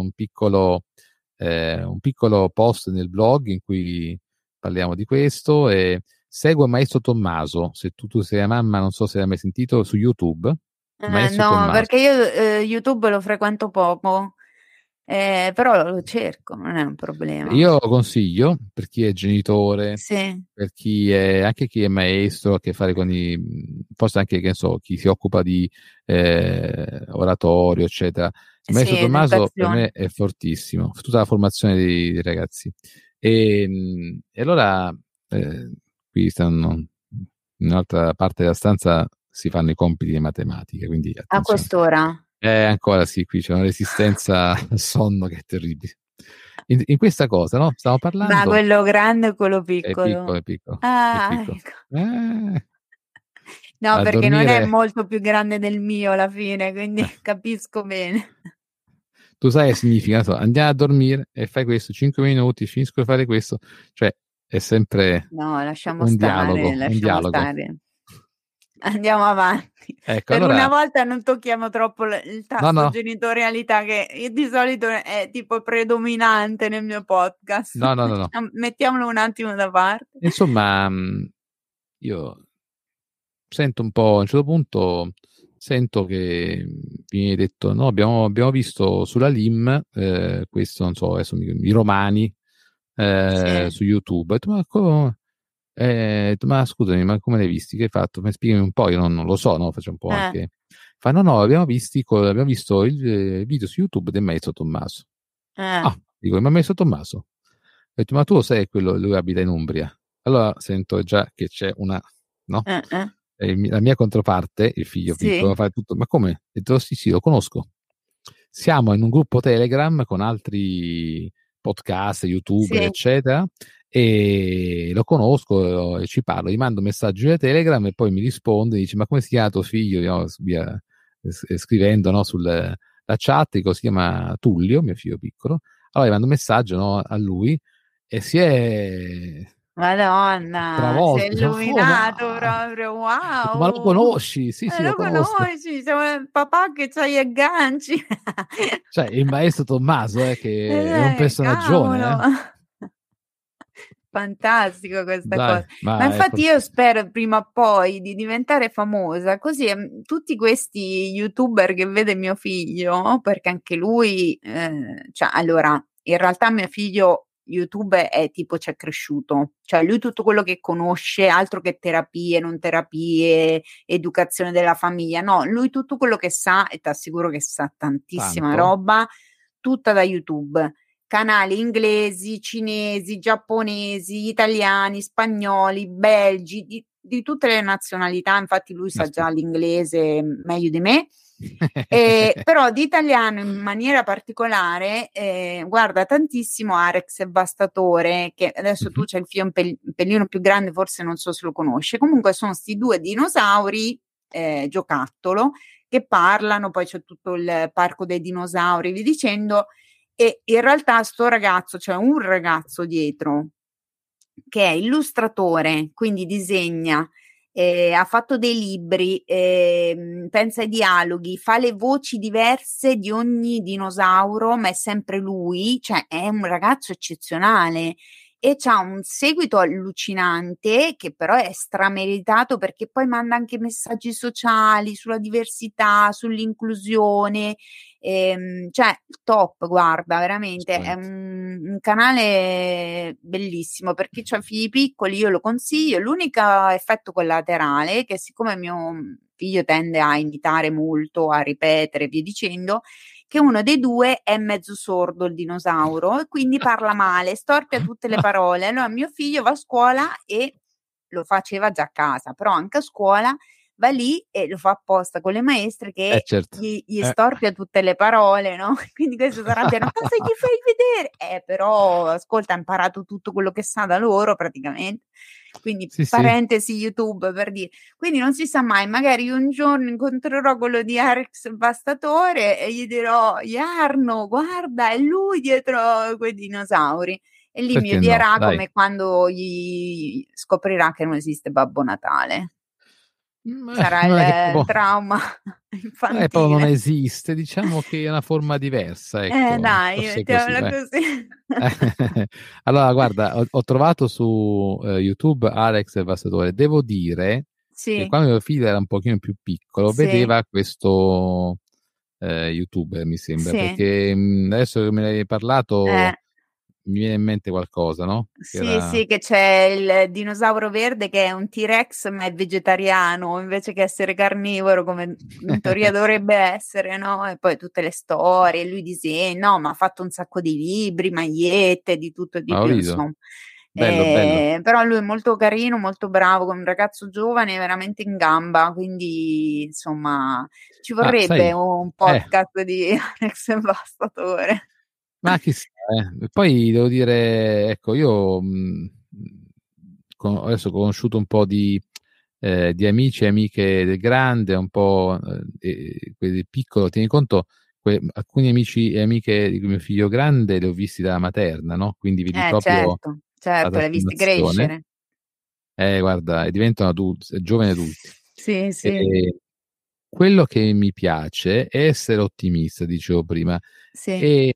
[SPEAKER 1] un piccolo post nel blog in cui parliamo di questo e seguo Maestro Tommaso, se tu sei a mamma, non so se hai mai sentito, su YouTube, Maestro
[SPEAKER 2] no,
[SPEAKER 1] Tommaso.
[SPEAKER 2] perché io YouTube lo frequento poco. Però lo cerco, non è un problema.
[SPEAKER 1] Io lo consiglio per chi è genitore,
[SPEAKER 2] Sì,
[SPEAKER 1] per chi è anche chi è maestro, ha a che fare con forse anche che ne so, chi si occupa di oratorio, eccetera. Il
[SPEAKER 2] sì,
[SPEAKER 1] maestro Tommaso per me
[SPEAKER 2] educazione.
[SPEAKER 1] è fortissimo, tutta la formazione dei ragazzi. E allora qui stanno in un'altra parte della stanza si fanno i compiti di matematica, quindi
[SPEAKER 2] A
[SPEAKER 1] attenzione.
[SPEAKER 2] quest'ora?
[SPEAKER 1] Ancora sì, qui c'è una resistenza al sonno che è terribile. In questa cosa, no? Stiamo
[SPEAKER 2] Ma
[SPEAKER 1] parlando,
[SPEAKER 2] quello grande o quello
[SPEAKER 1] è piccolo,
[SPEAKER 2] piccolo?
[SPEAKER 1] è piccolo, è
[SPEAKER 2] Ah,
[SPEAKER 1] piccolo.
[SPEAKER 2] ecco.
[SPEAKER 1] Eh,
[SPEAKER 2] No,
[SPEAKER 1] a
[SPEAKER 2] perché non è
[SPEAKER 1] dormire,
[SPEAKER 2] molto più grande del mio alla fine, quindi capisco bene.
[SPEAKER 1] tu sai che significa, non so, andiamo a dormire e fai questo, 5 minuti, finisco di fare questo, cioè è sempre
[SPEAKER 2] No, lasciamo
[SPEAKER 1] un
[SPEAKER 2] stare,
[SPEAKER 1] dialogo, un
[SPEAKER 2] lasciamo
[SPEAKER 1] dialogo.
[SPEAKER 2] stare. Andiamo avanti.
[SPEAKER 1] Ecco,
[SPEAKER 2] Per una
[SPEAKER 1] allora,
[SPEAKER 2] volta non tocchiamo troppo il
[SPEAKER 1] no,
[SPEAKER 2] tasto
[SPEAKER 1] no,
[SPEAKER 2] genitorialità che di solito è tipo predominante nel mio podcast.
[SPEAKER 1] no, no, no, no.
[SPEAKER 2] Mettiamolo un attimo da parte.
[SPEAKER 1] Insomma, io sento un po', a un certo punto sento che viene detto, no, abbiamo visto sulla LIM, questo, non so, adesso i romani
[SPEAKER 2] Sì,
[SPEAKER 1] su YouTube. Ho detto, ma scusami, ma come l'hai visti? Che hai fatto? Ma spiegami un po', io non lo so, no? Faccio un po'
[SPEAKER 2] eh,
[SPEAKER 1] anche... Fa, no, abbiamo visto il video su YouTube del maestro Tommaso.
[SPEAKER 2] eh,
[SPEAKER 1] Ah, dico, ma maestro Tommaso? Ho detto, ma tu lo sai che lui abita in Umbria? Allora sento già che c'è una, no?
[SPEAKER 2] eh.
[SPEAKER 1] La mia controparte, il figlio piccolo,
[SPEAKER 2] Sì,
[SPEAKER 1] fa tutto, ma come? Ho detto, sì, sì, lo conosco. Siamo in un gruppo Telegram con altri podcast, YouTuber,
[SPEAKER 2] sì.
[SPEAKER 1] eccetera, e lo conosco e ci parlo, gli mando messaggi via Telegram e poi mi risponde, dice, ma come si chiama tuo figlio? Io, scrivendo, no, sulla chat, dico, si chiama Tullio, mio figlio piccolo. Allora gli mando un messaggio, no, a lui e si è
[SPEAKER 2] Madonna, sei
[SPEAKER 1] travolto. Dice, ma come?
[SPEAKER 2] illuminato proprio,
[SPEAKER 1] Ho detto, ma lo
[SPEAKER 2] wow!
[SPEAKER 1] conosci? Sì, sì, lo
[SPEAKER 2] Lo
[SPEAKER 1] conosco.
[SPEAKER 2] conosci, siamo il papà che c'ha gli agganci.
[SPEAKER 1] Cioè, il maestro Tommaso, che è un
[SPEAKER 2] Cavolo!
[SPEAKER 1] personaggione, eh?
[SPEAKER 2] Fantastico questa
[SPEAKER 1] Dai,
[SPEAKER 2] cosa. Ma
[SPEAKER 1] ma è
[SPEAKER 2] infatti io
[SPEAKER 1] fortissimo.
[SPEAKER 2] spero prima o poi di diventare famosa, così tutti questi YouTuber che vede mio figlio, perché anche lui, cioè allora, in realtà mio figlio YouTube è tipo c'è cresciuto, cioè lui tutto quello che conosce, altro che terapie, non terapie, educazione della famiglia, no, lui tutto quello che sa, e ti assicuro che sa tantissima
[SPEAKER 1] Tanto.
[SPEAKER 2] roba, tutta da YouTube, canali inglesi, cinesi, giapponesi, italiani, spagnoli, belgi, di tutte le nazionalità, infatti lui sa già
[SPEAKER 1] Aspetta.
[SPEAKER 2] l'inglese meglio di me. Però di italiano in maniera particolare guarda tantissimo Arex Bastatore, che adesso tu
[SPEAKER 1] Mhm.
[SPEAKER 2] c'hai il figlio un pellino più grande, forse non so se lo conosce, comunque sono sti due dinosauri giocattolo che parlano, poi c'è tutto il parco dei dinosauri, vi dicendo, e in realtà sto ragazzo, cioè un ragazzo dietro che è illustratore, quindi disegna, ha fatto dei libri, pensa ai dialoghi, fa le voci diverse di ogni dinosauro, ma è sempre lui, cioè è un ragazzo eccezionale e c'ha un seguito allucinante che però è strameritato perché poi manda anche messaggi sociali sulla diversità, sull'inclusione, cioè top, guarda, veramente è
[SPEAKER 1] Assolutamente.
[SPEAKER 2] un canale bellissimo per chi ha figli piccoli, io lo consiglio. L'unico effetto collaterale è che siccome mio figlio tende a imitare molto, a ripetere, via dicendo, che uno dei due è mezzo sordo, il dinosauro, e quindi parla male, storpia tutte le parole. Allora mio figlio va a scuola e lo faceva già a casa, però anche a scuola va lì e lo fa apposta con le maestre che
[SPEAKER 1] Certo.
[SPEAKER 2] gli storpia tutte le parole, no? Quindi questo si arrabbiano, cosa gli fai vedere? Però ascolta, ha imparato tutto quello che sa da loro praticamente. Quindi
[SPEAKER 1] Sì, sì.
[SPEAKER 2] parentesi YouTube per dire. Quindi non si sa mai, magari un giorno incontrerò quello di Alex Bastatore e gli dirò, Jarno, guarda, è lui dietro quei dinosauri. E lì mi
[SPEAKER 1] Perché no?
[SPEAKER 2] odierà
[SPEAKER 1] Dai.
[SPEAKER 2] come quando gli scoprirà che non esiste Babbo Natale. Sarà
[SPEAKER 1] Non è che
[SPEAKER 2] il
[SPEAKER 1] proprio,
[SPEAKER 2] trauma
[SPEAKER 1] non è proprio non
[SPEAKER 2] infantile.
[SPEAKER 1] esiste, diciamo che è una forma diversa, ecco,
[SPEAKER 2] Dai,
[SPEAKER 1] forse è così,
[SPEAKER 2] mettiamola
[SPEAKER 1] vai.
[SPEAKER 2] così.
[SPEAKER 1] Allora, guarda, ho trovato su YouTube Alex il Vastatore. Devo dire che
[SPEAKER 2] Sì,
[SPEAKER 1] quando mio figlio era un pochino più piccolo,
[SPEAKER 2] sì,
[SPEAKER 1] vedeva questo youtuber, mi sembra,
[SPEAKER 2] Sì,
[SPEAKER 1] perché adesso che me ne hai
[SPEAKER 2] eh,
[SPEAKER 1] parlato mi viene in mente qualcosa, no? Che
[SPEAKER 2] sì,
[SPEAKER 1] era...
[SPEAKER 2] sì, che c'è il dinosauro verde che è un T-Rex ma è vegetariano invece che essere carnivoro come in teoria dovrebbe essere, no? E poi tutte le storie, lui disegna, no, ma ha fatto un sacco di libri, magliette, di tutto e di
[SPEAKER 1] Ma ho
[SPEAKER 2] più,
[SPEAKER 1] capito?
[SPEAKER 2] insomma.
[SPEAKER 1] Bello, bello.
[SPEAKER 2] Però lui è molto carino, molto bravo, come un ragazzo giovane, veramente in gamba, quindi insomma ci
[SPEAKER 1] Ah,
[SPEAKER 2] vorrebbe
[SPEAKER 1] sai,
[SPEAKER 2] un
[SPEAKER 1] eh,
[SPEAKER 2] podcast di Alex Ambassadore.
[SPEAKER 1] ma chissà, eh. Poi devo dire, ecco, io adesso ho conosciuto un po' di amici e amiche del grande, un po' quelli del piccolo, tieni conto, alcuni amici e amiche di mio figlio grande li ho visti dalla materna, no? Quindi vedi proprio
[SPEAKER 2] Certo,
[SPEAKER 1] la
[SPEAKER 2] certo, l'hai visti
[SPEAKER 1] trasformazione.
[SPEAKER 2] crescere.
[SPEAKER 1] Guarda, e diventano adulti, giovani adulti.
[SPEAKER 2] Sì, sì,
[SPEAKER 1] E quello che mi piace è essere ottimista, dicevo prima,
[SPEAKER 2] sì.
[SPEAKER 1] e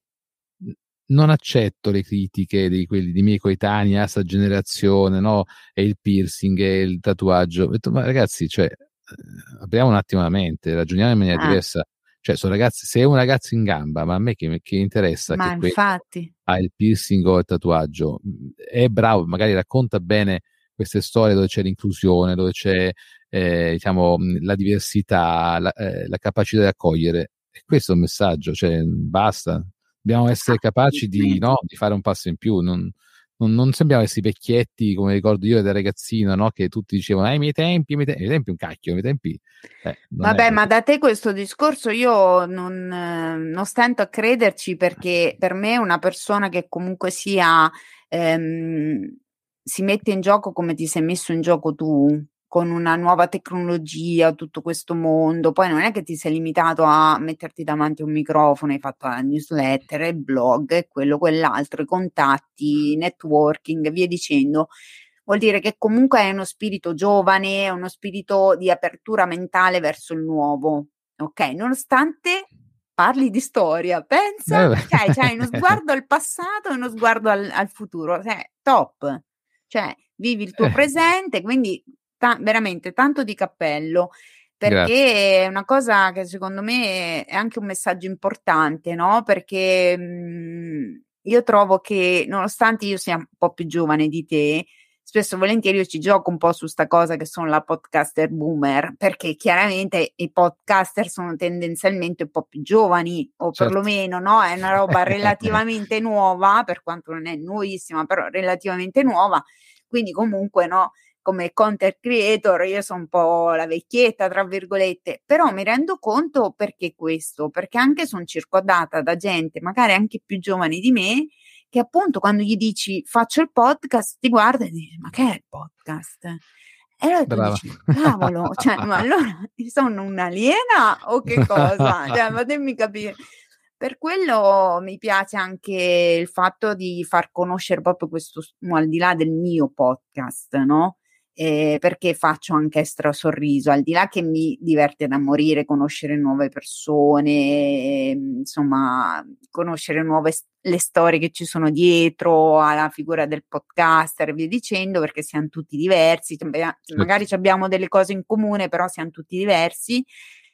[SPEAKER 1] non accetto le critiche di quelli di miei coetanei, a sta generazione, no? E il piercing e il tatuaggio. Ho detto, ma ragazzi, cioè, apriamo un attimo la mente, ragioniamo in maniera
[SPEAKER 2] Ah,
[SPEAKER 1] diversa. Cioè, sono ragazzi, se è un ragazzo in gamba, ma a me che interessa
[SPEAKER 2] ma
[SPEAKER 1] che quello
[SPEAKER 2] infatti,
[SPEAKER 1] ha il piercing o il tatuaggio? È bravo, magari racconta bene queste storie dove c'è l'inclusione, dove c'è, diciamo, la diversità, la capacità di accogliere. E questo è un messaggio, cioè, basta. Dobbiamo essere capaci di,
[SPEAKER 2] assolutamente.
[SPEAKER 1] no, di fare un passo in più. Non sembriamo questi vecchietti, come ricordo io da ragazzino, no? Che tutti dicevano, ai miei tempi un cacchio, ai miei tempi, non è
[SPEAKER 2] Vabbè, ma
[SPEAKER 1] così.
[SPEAKER 2] da te questo discorso io non stento a crederci perché per me una persona che comunque sia ehm, si mette in gioco come ti sei messo in gioco tu, con una nuova tecnologia, tutto questo mondo, poi non è che ti sei limitato a metterti davanti a un microfono, hai fatto la newsletter, il blog, e quello, quell'altro, i contatti, networking, e via dicendo. Vuol dire che comunque è uno spirito giovane, è uno spirito di apertura mentale verso il nuovo, ok? Nonostante parli di storia, pensa,
[SPEAKER 1] Eh,
[SPEAKER 2] cioè c'hai uno sguardo al passato e uno sguardo al futuro, top, cioè vivi il tuo
[SPEAKER 1] eh,
[SPEAKER 2] presente, quindi veramente tanto di cappello,
[SPEAKER 1] grazie.
[SPEAKER 2] perché è una cosa che secondo me è anche un messaggio importante, no? Perché io trovo che nonostante io sia un po' più giovane di te, spesso e volentieri io ci gioco un po' su sta cosa che sono la podcaster boomer, perché chiaramente i podcaster sono tendenzialmente un po' più giovani, o
[SPEAKER 1] Certo.
[SPEAKER 2] perlomeno, no? È una roba relativamente nuova, per quanto non è nuovissima, però relativamente nuova, quindi comunque, no? Come content creator, io sono un po' la vecchietta, tra virgolette, però mi rendo conto perché questo, perché anche sono circondata da gente, magari anche più giovani di me, che appunto quando gli dici faccio il podcast, ti guarda e dici ma che è il podcast? E allora tu
[SPEAKER 1] Brava.
[SPEAKER 2] dici, cavolo, cioè, ma allora sono un'aliena o che cosa? Cioè, fatemi capire. Per quello mi piace anche il fatto di far conoscere proprio questo, al di là del mio podcast, no? Perché faccio anche Extra Sorriso, al di là che mi diverte da morire conoscere nuove persone, insomma, conoscere le storie che ci sono dietro alla figura del podcaster e via dicendo, perché siamo tutti diversi, magari
[SPEAKER 1] Certo.
[SPEAKER 2] abbiamo delle cose in comune, però siamo tutti diversi,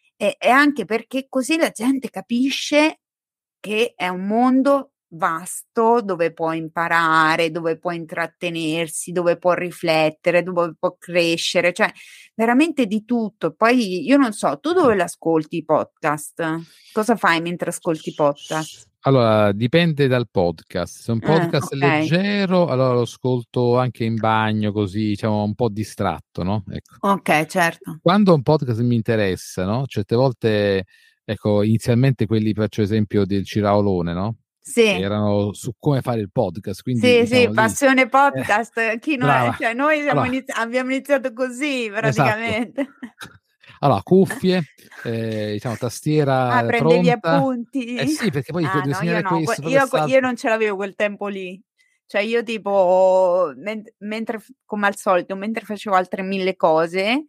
[SPEAKER 2] e anche perché così la gente capisce che è un mondo vasto dove può imparare, dove può intrattenersi, dove può riflettere, dove può crescere, cioè veramente di tutto. Poi io non so, tu dove l'ascolti i podcast? Cosa fai mentre ascolti i podcast?
[SPEAKER 1] Allora, dipende dal podcast. Se è un podcast
[SPEAKER 2] Ok,
[SPEAKER 1] leggero, allora lo ascolto anche in bagno, così, diciamo, un po' distratto, no? Ecco.
[SPEAKER 2] ok, certo.
[SPEAKER 1] Quando un podcast mi interessa, no? Certe volte, ecco, inizialmente quelli, faccio esempio, del Ciraolone, no? Che
[SPEAKER 2] Sì,
[SPEAKER 1] erano su come fare il podcast, quindi,
[SPEAKER 2] sì,
[SPEAKER 1] diciamo,
[SPEAKER 2] sì,
[SPEAKER 1] lì,
[SPEAKER 2] passione
[SPEAKER 1] eh,
[SPEAKER 2] podcast.
[SPEAKER 1] brava.
[SPEAKER 2] Cioè, noi
[SPEAKER 1] Allora,
[SPEAKER 2] abbiamo iniziato così
[SPEAKER 1] esatto.
[SPEAKER 2] praticamente.
[SPEAKER 1] Allora, cuffie, diciamo,
[SPEAKER 2] Ah,
[SPEAKER 1] tastiera
[SPEAKER 2] prendevi
[SPEAKER 1] pronta. Eh
[SPEAKER 2] appunti?
[SPEAKER 1] sì, perché poi puoi
[SPEAKER 2] Ah, no, io
[SPEAKER 1] disegnare
[SPEAKER 2] no,
[SPEAKER 1] questo, poi
[SPEAKER 2] io
[SPEAKER 1] quest'altro.
[SPEAKER 2] non ce l'avevo quel tempo lì. Cioè, io tipo, mentre, come al solito, mentre facevo altre mille cose,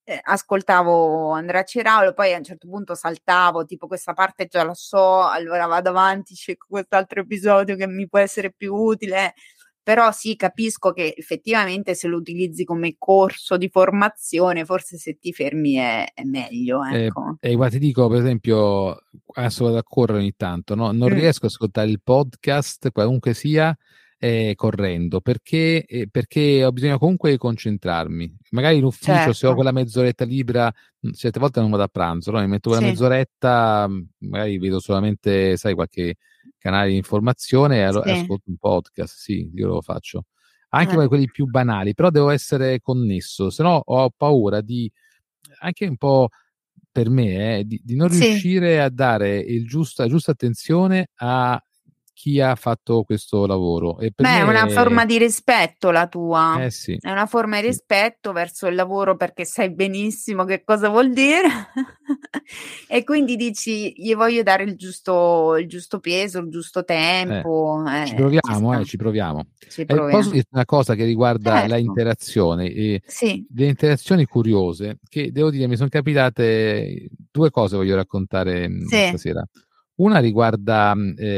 [SPEAKER 2] ascoltavo Andrea Ciraulo, poi a un certo punto saltavo, tipo questa parte già la so, allora vado avanti, cerco quest'altro episodio che mi può essere più utile. però sì, capisco che effettivamente se lo utilizzi come corso di formazione, forse se ti fermi è meglio, ecco.
[SPEAKER 1] Guarda, ti dico, per esempio, adesso vado a correre ogni tanto, no? Non riesco ad ascoltare il podcast, qualunque sia, correndo, perché ho bisogno comunque di concentrarmi. Magari in ufficio, se ho
[SPEAKER 2] Certo,
[SPEAKER 1] quella mezz'oretta libera, certe volte non vado a pranzo, no? Mi metto quella
[SPEAKER 2] sì,
[SPEAKER 1] mezz'oretta, magari vedo solamente, sai, qualche canale di informazione e
[SPEAKER 2] sì,
[SPEAKER 1] ascolto un podcast, sì, io lo faccio. Anche
[SPEAKER 2] eh,
[SPEAKER 1] quelli più banali, però devo essere connesso, se no ho paura di anche un po' per me, di non
[SPEAKER 2] sì.
[SPEAKER 1] riuscire a dare la giusta attenzione a chi ha fatto questo lavoro. E per
[SPEAKER 2] Beh, è una
[SPEAKER 1] me,
[SPEAKER 2] forma di rispetto la tua,
[SPEAKER 1] sì,
[SPEAKER 2] è una forma di
[SPEAKER 1] sì,
[SPEAKER 2] rispetto verso il lavoro perché sai benissimo che cosa vuol dire e quindi dici gli voglio dare il giusto peso, il giusto tempo,
[SPEAKER 1] ci
[SPEAKER 2] ci
[SPEAKER 1] proviamo,
[SPEAKER 2] sta,
[SPEAKER 1] ci proviamo.
[SPEAKER 2] ci
[SPEAKER 1] Posso
[SPEAKER 2] proviamo.
[SPEAKER 1] dirti una cosa che riguarda la
[SPEAKER 2] Certo,
[SPEAKER 1] interazione,
[SPEAKER 2] sì,
[SPEAKER 1] le interazioni curiose, che devo dire mi sono capitate, due cose voglio raccontare
[SPEAKER 2] sì,
[SPEAKER 1] stasera. Una riguarda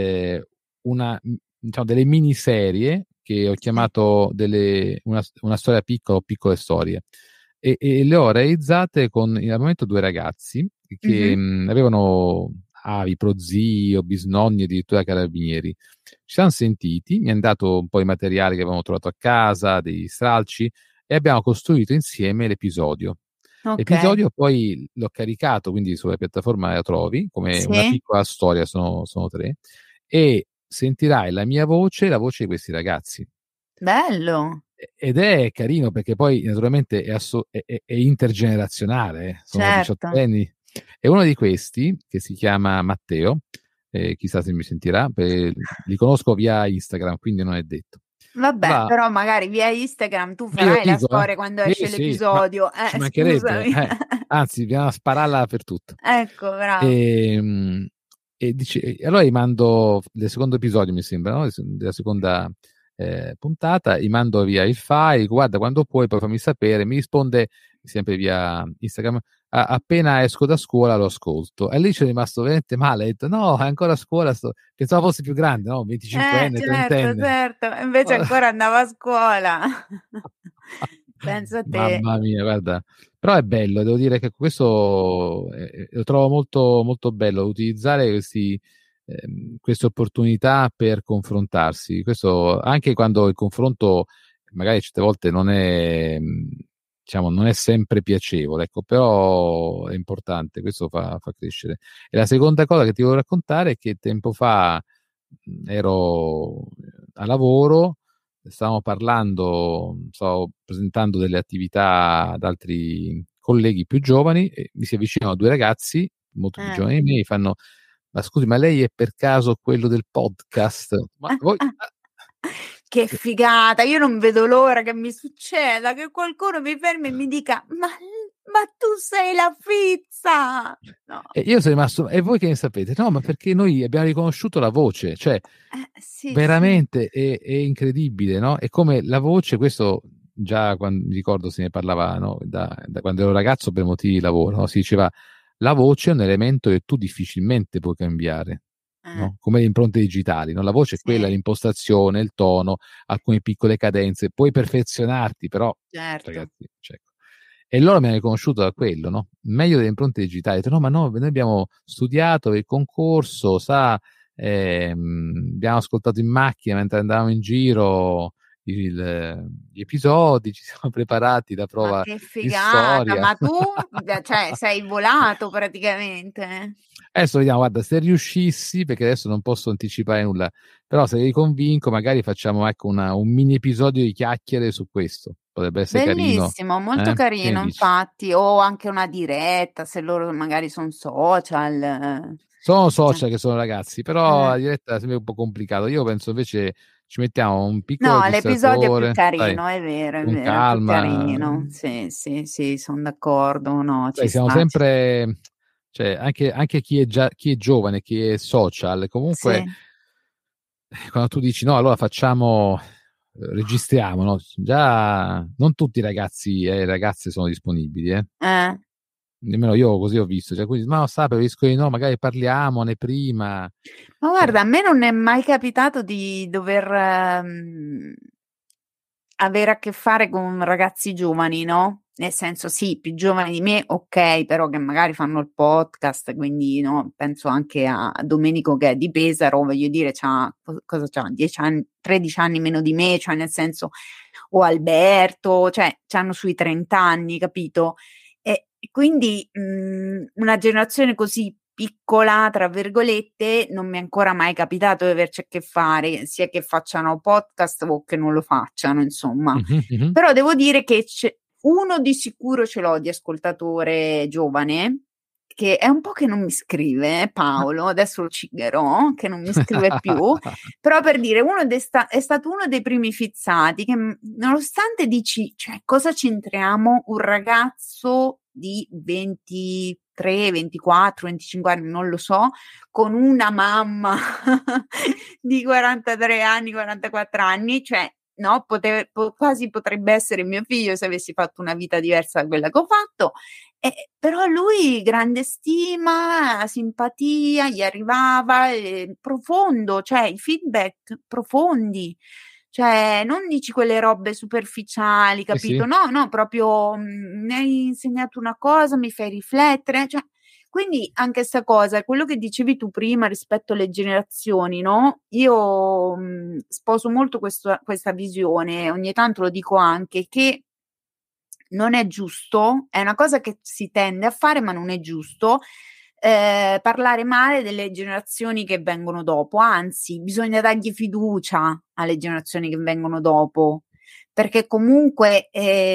[SPEAKER 1] diciamo, delle miniserie che ho
[SPEAKER 2] sì,
[SPEAKER 1] chiamato una storia piccola o piccole storie e le ho realizzate con al momento due ragazzi che
[SPEAKER 2] mh-mh,
[SPEAKER 1] avevano avi, prozii o bisnonni, addirittura carabinieri. Ci siamo sentiti, mi hanno dato un po' di materiale che avevamo trovato a casa, dei stralci, e abbiamo costruito insieme l'episodio.
[SPEAKER 2] okay,
[SPEAKER 1] L'episodio poi l'ho caricato, quindi sulla piattaforma la trovi, come una
[SPEAKER 2] sì,
[SPEAKER 1] piccola storia, sono tre, e sentirai la mia voce e la voce di questi ragazzi.
[SPEAKER 2] bello,
[SPEAKER 1] Ed è carino perché poi naturalmente è intergenerazionale, sono
[SPEAKER 2] certo.
[SPEAKER 1] diciottenni. E uno di questi, che si chiama Matteo, chissà se mi sentirà, li conosco via Instagram, quindi non è detto.
[SPEAKER 2] Vabbè,
[SPEAKER 1] Allora,
[SPEAKER 2] però magari via Instagram tu
[SPEAKER 1] ma io lo
[SPEAKER 2] farai la
[SPEAKER 1] dico,
[SPEAKER 2] storia quando
[SPEAKER 1] sì,
[SPEAKER 2] esce
[SPEAKER 1] sì, ma
[SPEAKER 2] l'episodio,
[SPEAKER 1] ci mancherebbe,
[SPEAKER 2] scusami.
[SPEAKER 1] anzi, bisogna spararla dappertutto.
[SPEAKER 2] Ecco, bravo.
[SPEAKER 1] E, e allora gli mando del secondo episodio, mi sembra, no? Della seconda puntata, gli mando via il file, dico, guarda, quando puoi, poi fammi sapere, mi risponde sempre via Instagram, appena esco da scuola lo ascolto. E lì ci è rimasto veramente male, ho detto, no, è ancora a scuola, pensavo fosse più grande, no? 25enne,
[SPEAKER 2] Certo,
[SPEAKER 1] 30enne.
[SPEAKER 2] certo, e invece ancora andavo a scuola. Pensa a te.
[SPEAKER 1] Mamma mia, guarda, però è bello, devo dire che questo lo trovo molto, molto bello, utilizzare queste opportunità per confrontarsi. Questo anche quando il confronto magari certe volte non è, diciamo, non è sempre piacevole, ecco, però è importante, questo fa crescere. E la seconda cosa che ti volevo raccontare è che tempo fa ero a lavoro, stavo presentando delle attività ad altri colleghi più giovani e mi si avvicinano due ragazzi molto più
[SPEAKER 2] Eh.
[SPEAKER 1] giovani di me e mi fanno: ma scusi, ma lei è per caso quello del podcast? Ma voi
[SPEAKER 2] Che figata, io non vedo l'ora che mi succeda, che qualcuno mi fermi e mi dica: "Ma tu sei la Fizza!" No.
[SPEAKER 1] e io sono rimasto, e voi che ne sapete? No, ma perché noi abbiamo riconosciuto la voce, cioè
[SPEAKER 2] Sì, sì.
[SPEAKER 1] veramente è incredibile, no? È come la voce, questo già quando, mi ricordo se ne parlava, no? Da quando ero ragazzo per motivi di lavoro, no? Si diceva la voce è un elemento che tu difficilmente puoi cambiare,
[SPEAKER 2] Eh,
[SPEAKER 1] no? Come le impronte digitali, no? La voce è quella,
[SPEAKER 2] sì,
[SPEAKER 1] l'impostazione, il tono, alcune piccole cadenze, puoi perfezionarti, però
[SPEAKER 2] certo.
[SPEAKER 1] ragazzi, cioè, e loro mi hanno riconosciuto da quello, no? Meglio delle impronte digitali. Ho detto, no, ma no, noi abbiamo studiato il concorso, abbiamo ascoltato in macchina mentre andavamo in giro gli episodi, ci siamo preparati la
[SPEAKER 2] Ma
[SPEAKER 1] prova
[SPEAKER 2] che
[SPEAKER 1] di
[SPEAKER 2] figata,
[SPEAKER 1] storia.
[SPEAKER 2] ma tu cioè sei volato praticamente.
[SPEAKER 1] Adesso vediamo, guarda, se riuscissi, perché adesso non posso anticipare nulla, però se li convinco, magari facciamo ecco un mini episodio di chiacchiere su questo. Potrebbe essere carino.
[SPEAKER 2] Bellissimo, molto
[SPEAKER 1] Che ne
[SPEAKER 2] carino
[SPEAKER 1] dici?
[SPEAKER 2] infatti, o anche una diretta se loro magari son social.
[SPEAKER 1] Sono
[SPEAKER 2] Cioè
[SPEAKER 1] social che sono ragazzi, però
[SPEAKER 2] eh.
[SPEAKER 1] la diretta sembra un po' complicato. Io penso invece ci mettiamo un piccolo
[SPEAKER 2] No, l'episodio è più
[SPEAKER 1] registratore, sai,
[SPEAKER 2] carino, è
[SPEAKER 1] con
[SPEAKER 2] vero, è più
[SPEAKER 1] calma.
[SPEAKER 2] carino. Sì, sì, sì, son d'accordo. No, ci
[SPEAKER 1] Sai, siamo
[SPEAKER 2] sta, ci
[SPEAKER 1] sempre, cioè, anche chi è giovane, chi è social, comunque,
[SPEAKER 2] sì,
[SPEAKER 1] quando tu dici no, allora facciamo, registriamo, no? Già non tutti i ragazzi e ragazze sono disponibili, eh.
[SPEAKER 2] eh.
[SPEAKER 1] Nemmeno io così ho visto, cioè, quindi, ma no, preferisco di no, magari parliamone prima,
[SPEAKER 2] Ma
[SPEAKER 1] cioè,
[SPEAKER 2] guarda, a me non è mai capitato di dover, avere a che fare con ragazzi giovani, no? Nel senso, sì, più giovani di me, ok, però che magari fanno il podcast, quindi no, penso anche a Domenico che è di Pesaro, voglio dire, cosa c'ha? 10 anni, 13 anni meno di me, cioè nel senso, o Alberto, cioè c'hanno sui 30 anni, capito? E quindi una generazione così piccola, tra virgolette, non mi è ancora mai capitato di averci a che fare, sia che facciano podcast o che non lo facciano, insomma.
[SPEAKER 1] Mhm.
[SPEAKER 2] Però devo dire che uno di sicuro ce l'ho di ascoltatore giovane, che è un po' che non mi scrive, Paolo, adesso lo cigherò, che non mi scrive più, però per dire, è stato uno dei primi fizzati che nonostante dici, cioè cosa c'entriamo un ragazzo di 23, 24, 25 anni, non lo so, con una mamma di 43 anni, 44 anni, cioè no, quasi potrebbe essere mio figlio se avessi fatto una vita diversa da quella che ho fatto. Però lui grande stima, simpatia, gli arrivava profondo, cioè i feedback profondi, cioè non dici quelle robe superficiali,
[SPEAKER 1] Sì,
[SPEAKER 2] capito?
[SPEAKER 1] sì.
[SPEAKER 2] No, no, proprio mi hai insegnato una cosa, mi fai riflettere, cioè, quindi anche sta cosa, quello che dicevi tu prima rispetto alle generazioni, no? Io sposo molto questa visione, ogni tanto lo dico anche, che non è giusto, è una cosa che si tende a fare, ma non è giusto parlare male delle generazioni che vengono dopo, anzi, bisogna dargli fiducia alle generazioni che vengono dopo, perché comunque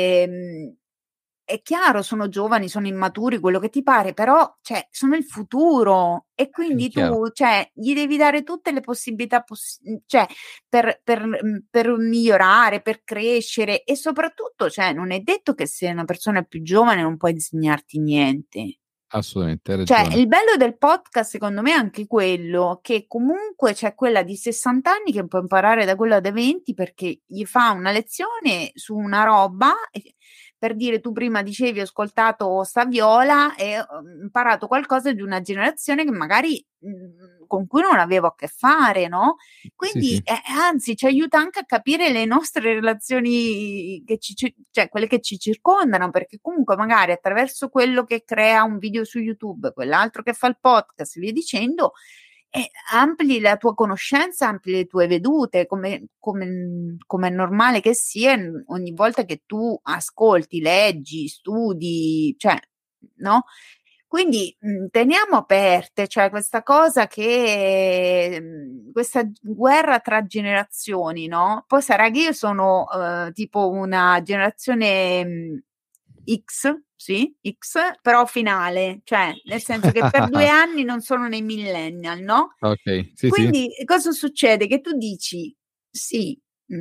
[SPEAKER 2] è chiaro, sono giovani, sono immaturi, quello che ti pare, però cioè, sono il futuro e
[SPEAKER 1] È
[SPEAKER 2] quindi
[SPEAKER 1] chiaro.
[SPEAKER 2] tu cioè, gli devi dare tutte le possibilità cioè, per migliorare, per crescere e soprattutto cioè, non è detto che se una persona è più giovane non può insegnarti niente.
[SPEAKER 1] Assolutamente, hai
[SPEAKER 2] Cioè,
[SPEAKER 1] ragione.
[SPEAKER 2] il bello del podcast, secondo me, è anche quello che comunque c'è quella di 60 anni che può imparare da quella da 20 perché gli fa una lezione su una roba. Per dire, tu prima dicevi, ho ascoltato Saviola e ho imparato qualcosa di una generazione che magari con cui non avevo a che fare, no?
[SPEAKER 1] Sì,
[SPEAKER 2] Quindi,
[SPEAKER 1] sì.
[SPEAKER 2] anzi, ci aiuta anche a capire le nostre relazioni, cioè quelle che ci circondano, perché comunque magari attraverso quello che crea un video su YouTube, quell'altro che fa il podcast, via dicendo, ampli la tua conoscenza, ampli le tue vedute, come è normale che sia ogni volta che tu ascolti, leggi, studi, cioè, no? Quindi teniamo aperte, cioè questa cosa che questa guerra tra generazioni, no? Poi sarà che io sono tipo una generazione X, sì, X, però finale, cioè nel senso che per 2 anni non sono nei millennial, no?
[SPEAKER 1] Ok, sì, sì.
[SPEAKER 2] Quindi cosa succede? Che tu dici, sì,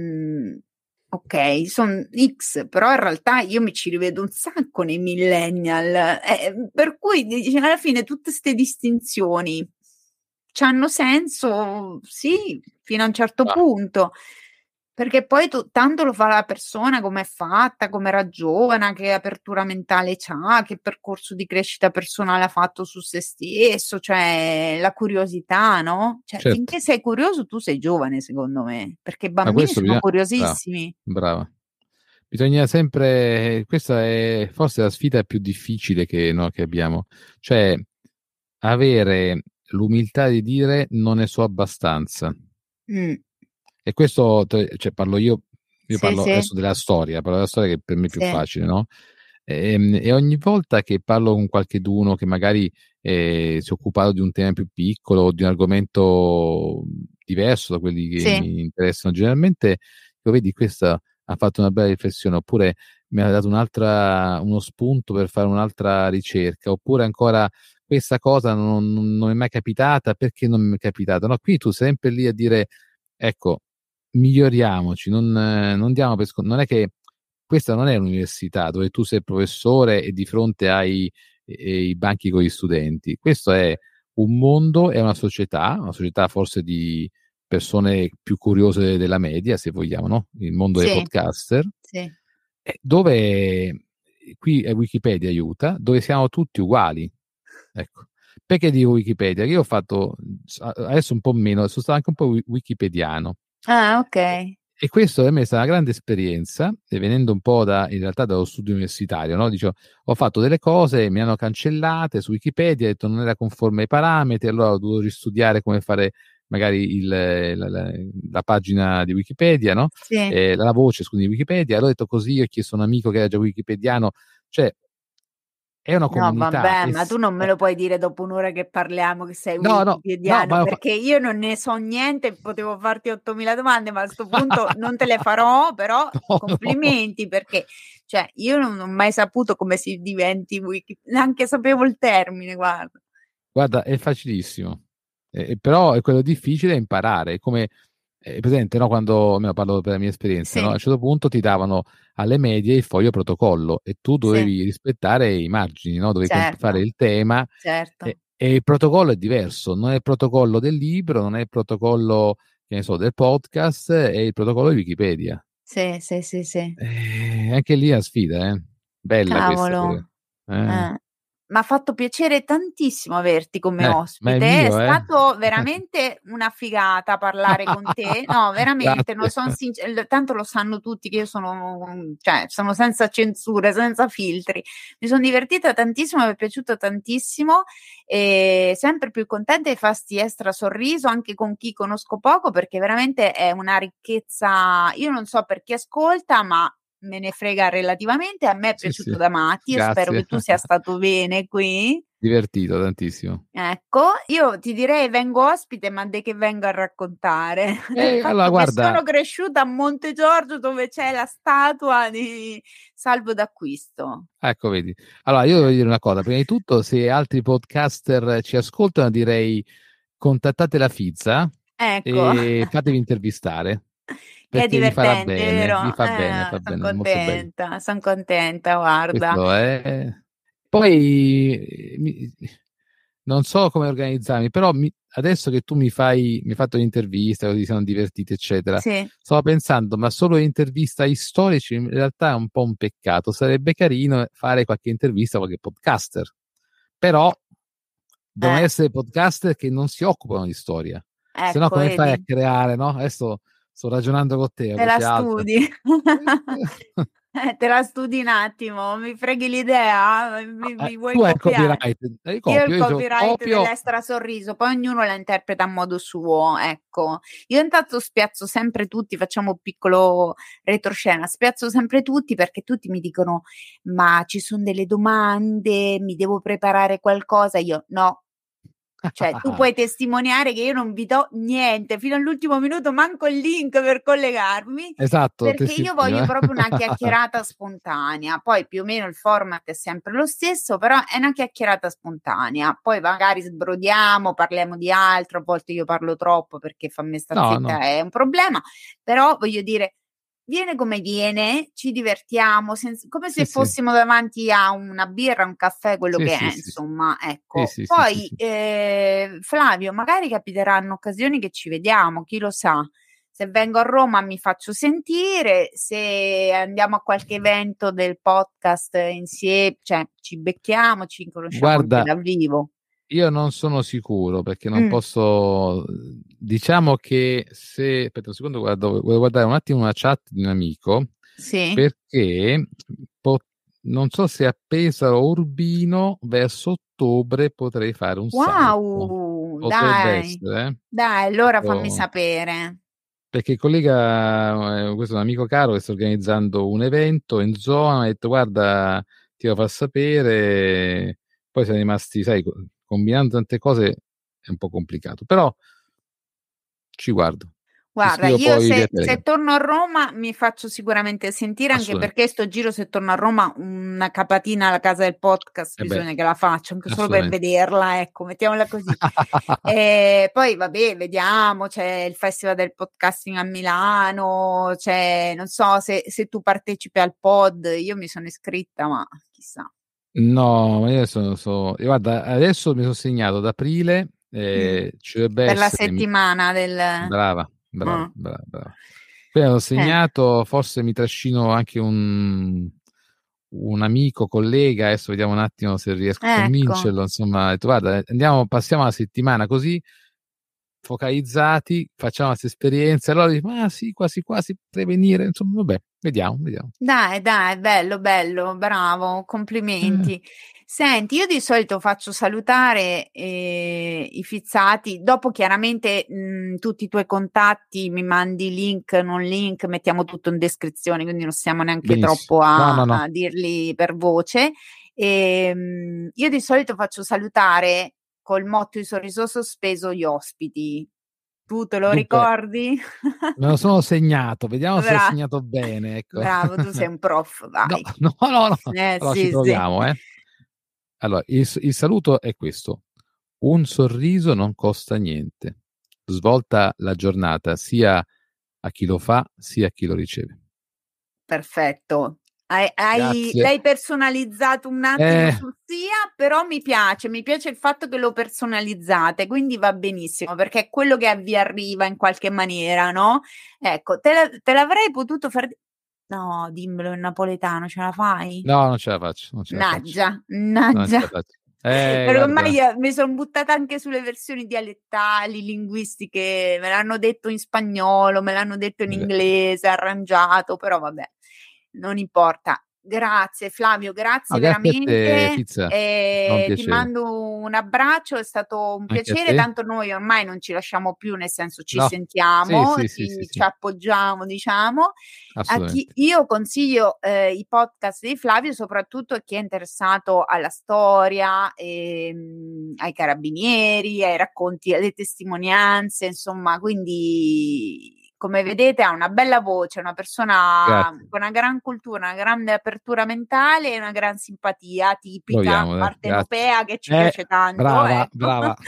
[SPEAKER 2] ok, sono X, però in realtà io mi ci rivedo un sacco nei millennial, per cui dici, alla fine tutte queste distinzioni hanno senso, sì, fino a un certo
[SPEAKER 1] Ah,
[SPEAKER 2] punto, perché poi tanto lo fa la persona, come è fatta, come ragiona, che apertura mentale c'ha, che percorso di crescita personale ha fatto su se stesso, cioè la curiosità, no? Cioè,
[SPEAKER 1] certo.
[SPEAKER 2] finché sei curioso, tu sei giovane, secondo me, perché i
[SPEAKER 1] Ma
[SPEAKER 2] bambini
[SPEAKER 1] questo
[SPEAKER 2] sono
[SPEAKER 1] bisogna... Brava,
[SPEAKER 2] curiosissimi.
[SPEAKER 1] brava. Bisogna sempre... Questa è forse la sfida più difficile che, no, che abbiamo. Cioè, avere l'umiltà di dire non ne so abbastanza.
[SPEAKER 2] Mm,
[SPEAKER 1] E questo, cioè, io
[SPEAKER 2] sì,
[SPEAKER 1] parlo
[SPEAKER 2] sì,
[SPEAKER 1] adesso della storia, parlo della storia che per me è più
[SPEAKER 2] sì,
[SPEAKER 1] facile, no? E ogni volta che parlo con qualcheduno che magari si è occupato di un tema più piccolo o di un argomento diverso da quelli che
[SPEAKER 2] sì,
[SPEAKER 1] mi interessano generalmente, io vedi, questa ha fatto una bella riflessione, oppure mi ha dato uno spunto per fare un'altra ricerca, oppure ancora questa cosa non è mai capitata, perché non mi è capitata? No, qui tu sei sempre lì a dire, ecco, miglioriamoci, non diamo per non è che questa non è un'università dove tu sei professore e di fronte hai i banchi con gli studenti. Questo è un mondo, è una società forse di persone più curiose della media, se vogliamo, no? Il mondo dei
[SPEAKER 2] sì,
[SPEAKER 1] podcaster,
[SPEAKER 2] sì.
[SPEAKER 1] dove qui Wikipedia aiuta, dove siamo tutti uguali. Ecco. Perché dico Wikipedia? Io ho fatto adesso un po' meno, sono stato anche un po' wikipediano.
[SPEAKER 2] Ah, ok.
[SPEAKER 1] E questo per me è stata una grande esperienza, e venendo un po' in realtà dallo studio universitario, no? Dicevo, ho fatto delle cose, mi hanno cancellate su Wikipedia, ho detto non era conforme ai parametri, allora ho dovuto ristudiare come fare magari la pagina di Wikipedia, no?
[SPEAKER 2] Sì.
[SPEAKER 1] La voce, scusi, di Wikipedia, allora ho detto così, ho chiesto a un amico che era già wikipediano, cioè è una
[SPEAKER 2] No,
[SPEAKER 1] comunità.
[SPEAKER 2] vabbè, ma tu non me lo puoi dire dopo un'ora che parliamo che sei
[SPEAKER 1] No, no, no,
[SPEAKER 2] wikipediano,
[SPEAKER 1] ma
[SPEAKER 2] perché io non ne so niente, potevo farti 8000 domande, ma a sto punto non te le farò, però
[SPEAKER 1] no, no.
[SPEAKER 2] complimenti perché cioè io non ho mai saputo come si diventi neanche sapevo il termine, guarda.
[SPEAKER 1] Guarda, è facilissimo, però è quello difficile è imparare, è come presente, no? Quando almeno parlo per la mia esperienza, no? A un
[SPEAKER 2] Sì,
[SPEAKER 1] certo punto ti davano alle medie il foglio protocollo e tu
[SPEAKER 2] sì,
[SPEAKER 1] dovevi rispettare i margini, no? Dovevi fare
[SPEAKER 2] certo,
[SPEAKER 1] il tema
[SPEAKER 2] certo.
[SPEAKER 1] e il protocollo è diverso, non è il protocollo del libro, non è il protocollo, che ne so, del podcast, è il protocollo di Wikipedia.
[SPEAKER 2] Sì, sì, sì, sì.
[SPEAKER 1] Anche lì è una sfida, eh? Bella questa pure.
[SPEAKER 2] Cavolo. M'ha fatto piacere tantissimo averti come
[SPEAKER 1] Ma è
[SPEAKER 2] ospite, è
[SPEAKER 1] mio, eh?
[SPEAKER 2] stato veramente una figata parlare con te. No, veramente, no,
[SPEAKER 1] Grazie.
[SPEAKER 2] son tanto lo sanno tutti che io sono cioè sono senza censure, senza filtri. Mi son divertita tantissimo, mi è piaciuto tantissimo e sempre più contenta di fa 'sti extra sorriso anche con chi conosco poco, perché veramente è una ricchezza io non so per chi ascolta, ma me ne frega relativamente, a me è
[SPEAKER 1] Sì, sì,
[SPEAKER 2] piaciuto da matti, io spero
[SPEAKER 1] grazie.
[SPEAKER 2] che tu sia stato bene qui.
[SPEAKER 1] Divertito tantissimo.
[SPEAKER 2] Ecco, io ti direi vengo ospite, ma de che vengo a raccontare? Del
[SPEAKER 1] Allora
[SPEAKER 2] fatto che
[SPEAKER 1] guarda,
[SPEAKER 2] sono cresciuta a Monte Giorgio dove c'è la statua di Salvo D'Acquisto.
[SPEAKER 1] ecco vedi. Allora io devo dire una cosa, prima di tutto se altri podcaster ci ascoltano direi contattate la Fizza
[SPEAKER 2] Ecco,
[SPEAKER 1] e fatevi intervistare,
[SPEAKER 2] che è
[SPEAKER 1] perché
[SPEAKER 2] divertente,
[SPEAKER 1] vi
[SPEAKER 2] vero?
[SPEAKER 1] fa
[SPEAKER 2] Son
[SPEAKER 1] bene, è molto bello.
[SPEAKER 2] contenta, son contenta, guarda.
[SPEAKER 1] Questo è. Poi non so come organizzarmi, però adesso che tu mi hai fatto l'intervista, così siamo divertiti, eccetera,
[SPEAKER 2] Sì,
[SPEAKER 1] stavo pensando, ma solo intervista ai storici in realtà è un po' un peccato. Sarebbe carino fare qualche intervista a qualche podcaster, però devono
[SPEAKER 2] eh,
[SPEAKER 1] essere podcaster che non si occupano di storia, se no
[SPEAKER 2] ecco
[SPEAKER 1] come fai a
[SPEAKER 2] vedi?
[SPEAKER 1] creare, no? Adesso sto ragionando con te,
[SPEAKER 2] Te la
[SPEAKER 1] voce alta.
[SPEAKER 2] studi. Te la studi un attimo, mi freghi l'idea? Mi vuoi
[SPEAKER 1] Tu hai il
[SPEAKER 2] copiare?
[SPEAKER 1] copyright,
[SPEAKER 2] Io ho il
[SPEAKER 1] io dicevo,
[SPEAKER 2] copyright
[SPEAKER 1] copio.
[SPEAKER 2] dell'extrasorriso, poi ognuno la interpreta a modo suo, ecco. Io intanto spiazzo sempre tutti, facciamo un piccolo retroscena, spiazzo sempre tutti perché tutti mi dicono: "Ma ci son delle domande, mi devo preparare qualcosa?" Io: "No, cioè, tu puoi testimoniare che io non vi do niente, fino all'ultimo minuto manco il link per collegarmi,
[SPEAKER 1] Esatto,
[SPEAKER 2] perché io
[SPEAKER 1] testimonio,
[SPEAKER 2] voglio proprio una chiacchierata spontanea. Poi più o meno il format è sempre lo stesso, però è una chiacchierata spontanea. Poi magari sbrodiamo, parliamo di altro, a volte io parlo troppo perché fammi sta
[SPEAKER 1] No,
[SPEAKER 2] zitta
[SPEAKER 1] no.
[SPEAKER 2] è un problema, però voglio dire viene come viene, ci divertiamo, come
[SPEAKER 1] Sì,
[SPEAKER 2] se
[SPEAKER 1] sì.
[SPEAKER 2] fossimo davanti a una birra, un caffè, quello
[SPEAKER 1] Sì,
[SPEAKER 2] che
[SPEAKER 1] sì,
[SPEAKER 2] è,
[SPEAKER 1] sì.
[SPEAKER 2] insomma,
[SPEAKER 1] Sì,
[SPEAKER 2] ecco.
[SPEAKER 1] sì, sì, sì,
[SPEAKER 2] Poi,
[SPEAKER 1] sì.
[SPEAKER 2] Flavio, magari capiteranno occasioni che ci vediamo, chi lo sa. Se vengo a Roma mi faccio sentire, se andiamo a qualche evento del podcast insieme, cioè ci becchiamo, ci conosciamo anche
[SPEAKER 1] Guarda,
[SPEAKER 2] dal vivo.
[SPEAKER 1] io non sono sicuro perché non
[SPEAKER 2] Mh,
[SPEAKER 1] posso. Diciamo che se. Aspetta un secondo, volevo guardare un attimo una chat di un amico
[SPEAKER 2] sì.
[SPEAKER 1] perché po- non so se a Pesaro o Urbino verso ottobre potrei fare un salto.
[SPEAKER 2] Wow,
[SPEAKER 1] Potrebbe
[SPEAKER 2] dai.
[SPEAKER 1] essere, eh?
[SPEAKER 2] Dai, allora fammi
[SPEAKER 1] Proprio-
[SPEAKER 2] sapere.
[SPEAKER 1] Perché il collega, questo è un amico caro che sta organizzando un evento in zona, ha detto guarda, ti devo far sapere, poi siamo rimasti, sai, combinando tante cose è un po' complicato, però ci guardo, ti
[SPEAKER 2] Guarda,
[SPEAKER 1] scrivo
[SPEAKER 2] io
[SPEAKER 1] poi via
[SPEAKER 2] se
[SPEAKER 1] Telegram,
[SPEAKER 2] torno a Roma mi faccio sicuramente sentire, anche
[SPEAKER 1] assolutamente,
[SPEAKER 2] perché sto giro se torno a Roma una capatina alla casa del podcast
[SPEAKER 1] e beh,
[SPEAKER 2] bisogna che la faccia, anche solo per
[SPEAKER 1] assolutamente.
[SPEAKER 2] vederla, ecco, mettiamola così. Poi vabbè, vediamo, c'è il Festival del Podcasting a Milano, c'è non so se tu partecipi al pod, io mi sono iscritta, ma chissà.
[SPEAKER 1] No, io guarda, adesso mi sono segnato ad aprile,
[SPEAKER 2] Mh.
[SPEAKER 1] ci dovrebbe
[SPEAKER 2] Per la
[SPEAKER 1] essere,
[SPEAKER 2] settimana del
[SPEAKER 1] brava, brava,
[SPEAKER 2] mh,
[SPEAKER 1] brava, brava. Poi ho
[SPEAKER 2] eh,
[SPEAKER 1] segnato, forse mi trascino anche un amico, collega, adesso vediamo un attimo se riesco a
[SPEAKER 2] ecco.
[SPEAKER 1] convincerlo, insomma, ho detto, guarda, passiamo la settimana così, focalizzati, facciamo queste esperienze, allora dici, ma sì, quasi quasi prevenire, insomma, vabbè, vediamo.
[SPEAKER 2] Dai, bello, bravo, complimenti. Senti, io di solito faccio salutare i fizzati, dopo chiaramente tutti i tuoi contatti, mi mandi link, non link, mettiamo tutto in descrizione, quindi non stiamo neanche
[SPEAKER 1] Benissimo.
[SPEAKER 2] troppo
[SPEAKER 1] No.
[SPEAKER 2] a dirli per voce. Io di solito faccio salutare col motto di sorriso sospeso gli ospiti. Tu te lo
[SPEAKER 1] Dunque,
[SPEAKER 2] ricordi?
[SPEAKER 1] me lo sono segnato, vediamo se ho
[SPEAKER 2] Bravo.
[SPEAKER 1] segnato bene, ecco.
[SPEAKER 2] Bravo, tu sei un prof, vai.
[SPEAKER 1] No, allora ci
[SPEAKER 2] Sì.
[SPEAKER 1] proviamo, Allora, il saluto è questo: un sorriso non costa niente, svolta la giornata sia a chi lo fa sia a chi lo riceve.
[SPEAKER 2] Perfetto.
[SPEAKER 1] Grazie.
[SPEAKER 2] L'hai personalizzato un attimo sul sia, però mi piace il fatto che lo personalizzate, quindi va benissimo, perché è quello che vi arriva in qualche maniera, no? Ecco, te l'avrei potuto far no, dimmelo in napoletano, ce la fai?
[SPEAKER 1] No, non ce la faccio.
[SPEAKER 2] Naggia.
[SPEAKER 1] Non ce la faccio.
[SPEAKER 2] Perché ormai
[SPEAKER 1] Guarda.
[SPEAKER 2] mi son buttata anche sulle versioni dialettali, linguistiche, me l'hanno detto in spagnolo, me l'hanno detto in inglese, arrangiato, però vabbè, non importa. Grazie Flavio, grazie
[SPEAKER 1] Grazie a te,
[SPEAKER 2] veramente.
[SPEAKER 1] Fizza. È un
[SPEAKER 2] Ti
[SPEAKER 1] piacere.
[SPEAKER 2] mando un abbraccio, è stato un
[SPEAKER 1] Anche a
[SPEAKER 2] piacere,
[SPEAKER 1] te.
[SPEAKER 2] tanto noi ormai non ci lasciamo più, nel senso ci
[SPEAKER 1] No.
[SPEAKER 2] sentiamo,
[SPEAKER 1] Sì.
[SPEAKER 2] ci appoggiamo, diciamo. A chi
[SPEAKER 1] Assolutamente.
[SPEAKER 2] io consiglio i podcast di Flavio, soprattutto a chi è interessato alla storia, ai carabinieri, ai racconti, alle testimonianze, insomma, quindi come vedete ha una bella voce, una persona
[SPEAKER 1] Grazie.
[SPEAKER 2] con una gran cultura, una grande apertura mentale e una gran simpatia tipica
[SPEAKER 1] Proviamo,
[SPEAKER 2] partenopea che ci piace tanto.
[SPEAKER 1] Brava.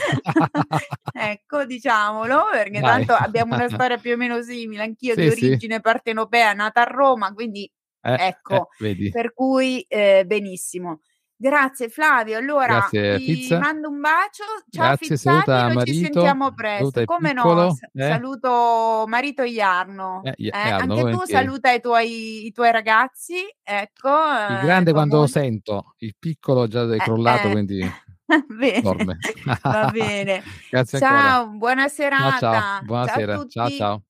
[SPEAKER 2] Ecco, diciamolo, perché
[SPEAKER 1] Dai.
[SPEAKER 2] tanto abbiamo una storia più o meno simile, anch'io di
[SPEAKER 1] Sì.
[SPEAKER 2] origine partenopea, nata a Roma, quindi ecco,
[SPEAKER 1] Vedi.
[SPEAKER 2] per cui benissimo. Grazie Flavio, allora
[SPEAKER 1] Grazie,
[SPEAKER 2] ti
[SPEAKER 1] Fizza.
[SPEAKER 2] mando un bacio, ciao
[SPEAKER 1] Grazie,
[SPEAKER 2] fizzati,
[SPEAKER 1] saluta
[SPEAKER 2] noi ci
[SPEAKER 1] marito,
[SPEAKER 2] sentiamo presto.
[SPEAKER 1] saluta il
[SPEAKER 2] Come no,
[SPEAKER 1] piccolo,
[SPEAKER 2] saluto marito Jarno,
[SPEAKER 1] Arno,
[SPEAKER 2] anche tu
[SPEAKER 1] volentieri.
[SPEAKER 2] saluta i tuoi ragazzi, ecco,
[SPEAKER 1] Il grande
[SPEAKER 2] tua
[SPEAKER 1] quando lo
[SPEAKER 2] moglie.
[SPEAKER 1] sento, il piccolo già è crollato, quindi
[SPEAKER 2] Bene,
[SPEAKER 1] dorme.
[SPEAKER 2] va bene.
[SPEAKER 1] Grazie ancora.
[SPEAKER 2] Ciao, buona
[SPEAKER 1] Ciao.
[SPEAKER 2] serata. Ciao a
[SPEAKER 1] Buonasera.
[SPEAKER 2] tutti.
[SPEAKER 1] Ciao.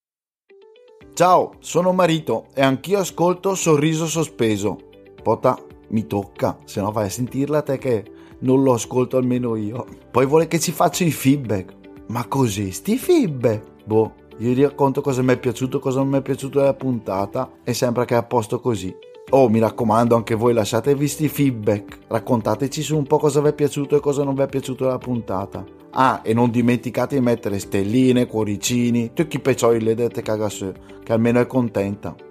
[SPEAKER 3] Ciao, sono Marito e anch'io ascolto Sorriso Sospeso. Pota, mi tocca, se no vai a sentirla te che non lo ascolto almeno io. Poi vuole che ci faccia i feedback. Ma così, sti feedback? Boh, io gli racconto cosa mi è piaciuto, cosa non mi è piaciuto della puntata e sembra che è a posto così. Oh, mi raccomando, anche voi lasciatevi sti feedback. Raccontateci su un po' cosa vi è piaciuto e cosa non vi è piaciuto della puntata. Ah, e non dimenticate di mettere stelline, cuoricini, tutti i peccioli le dette cagasse, che almeno è contenta.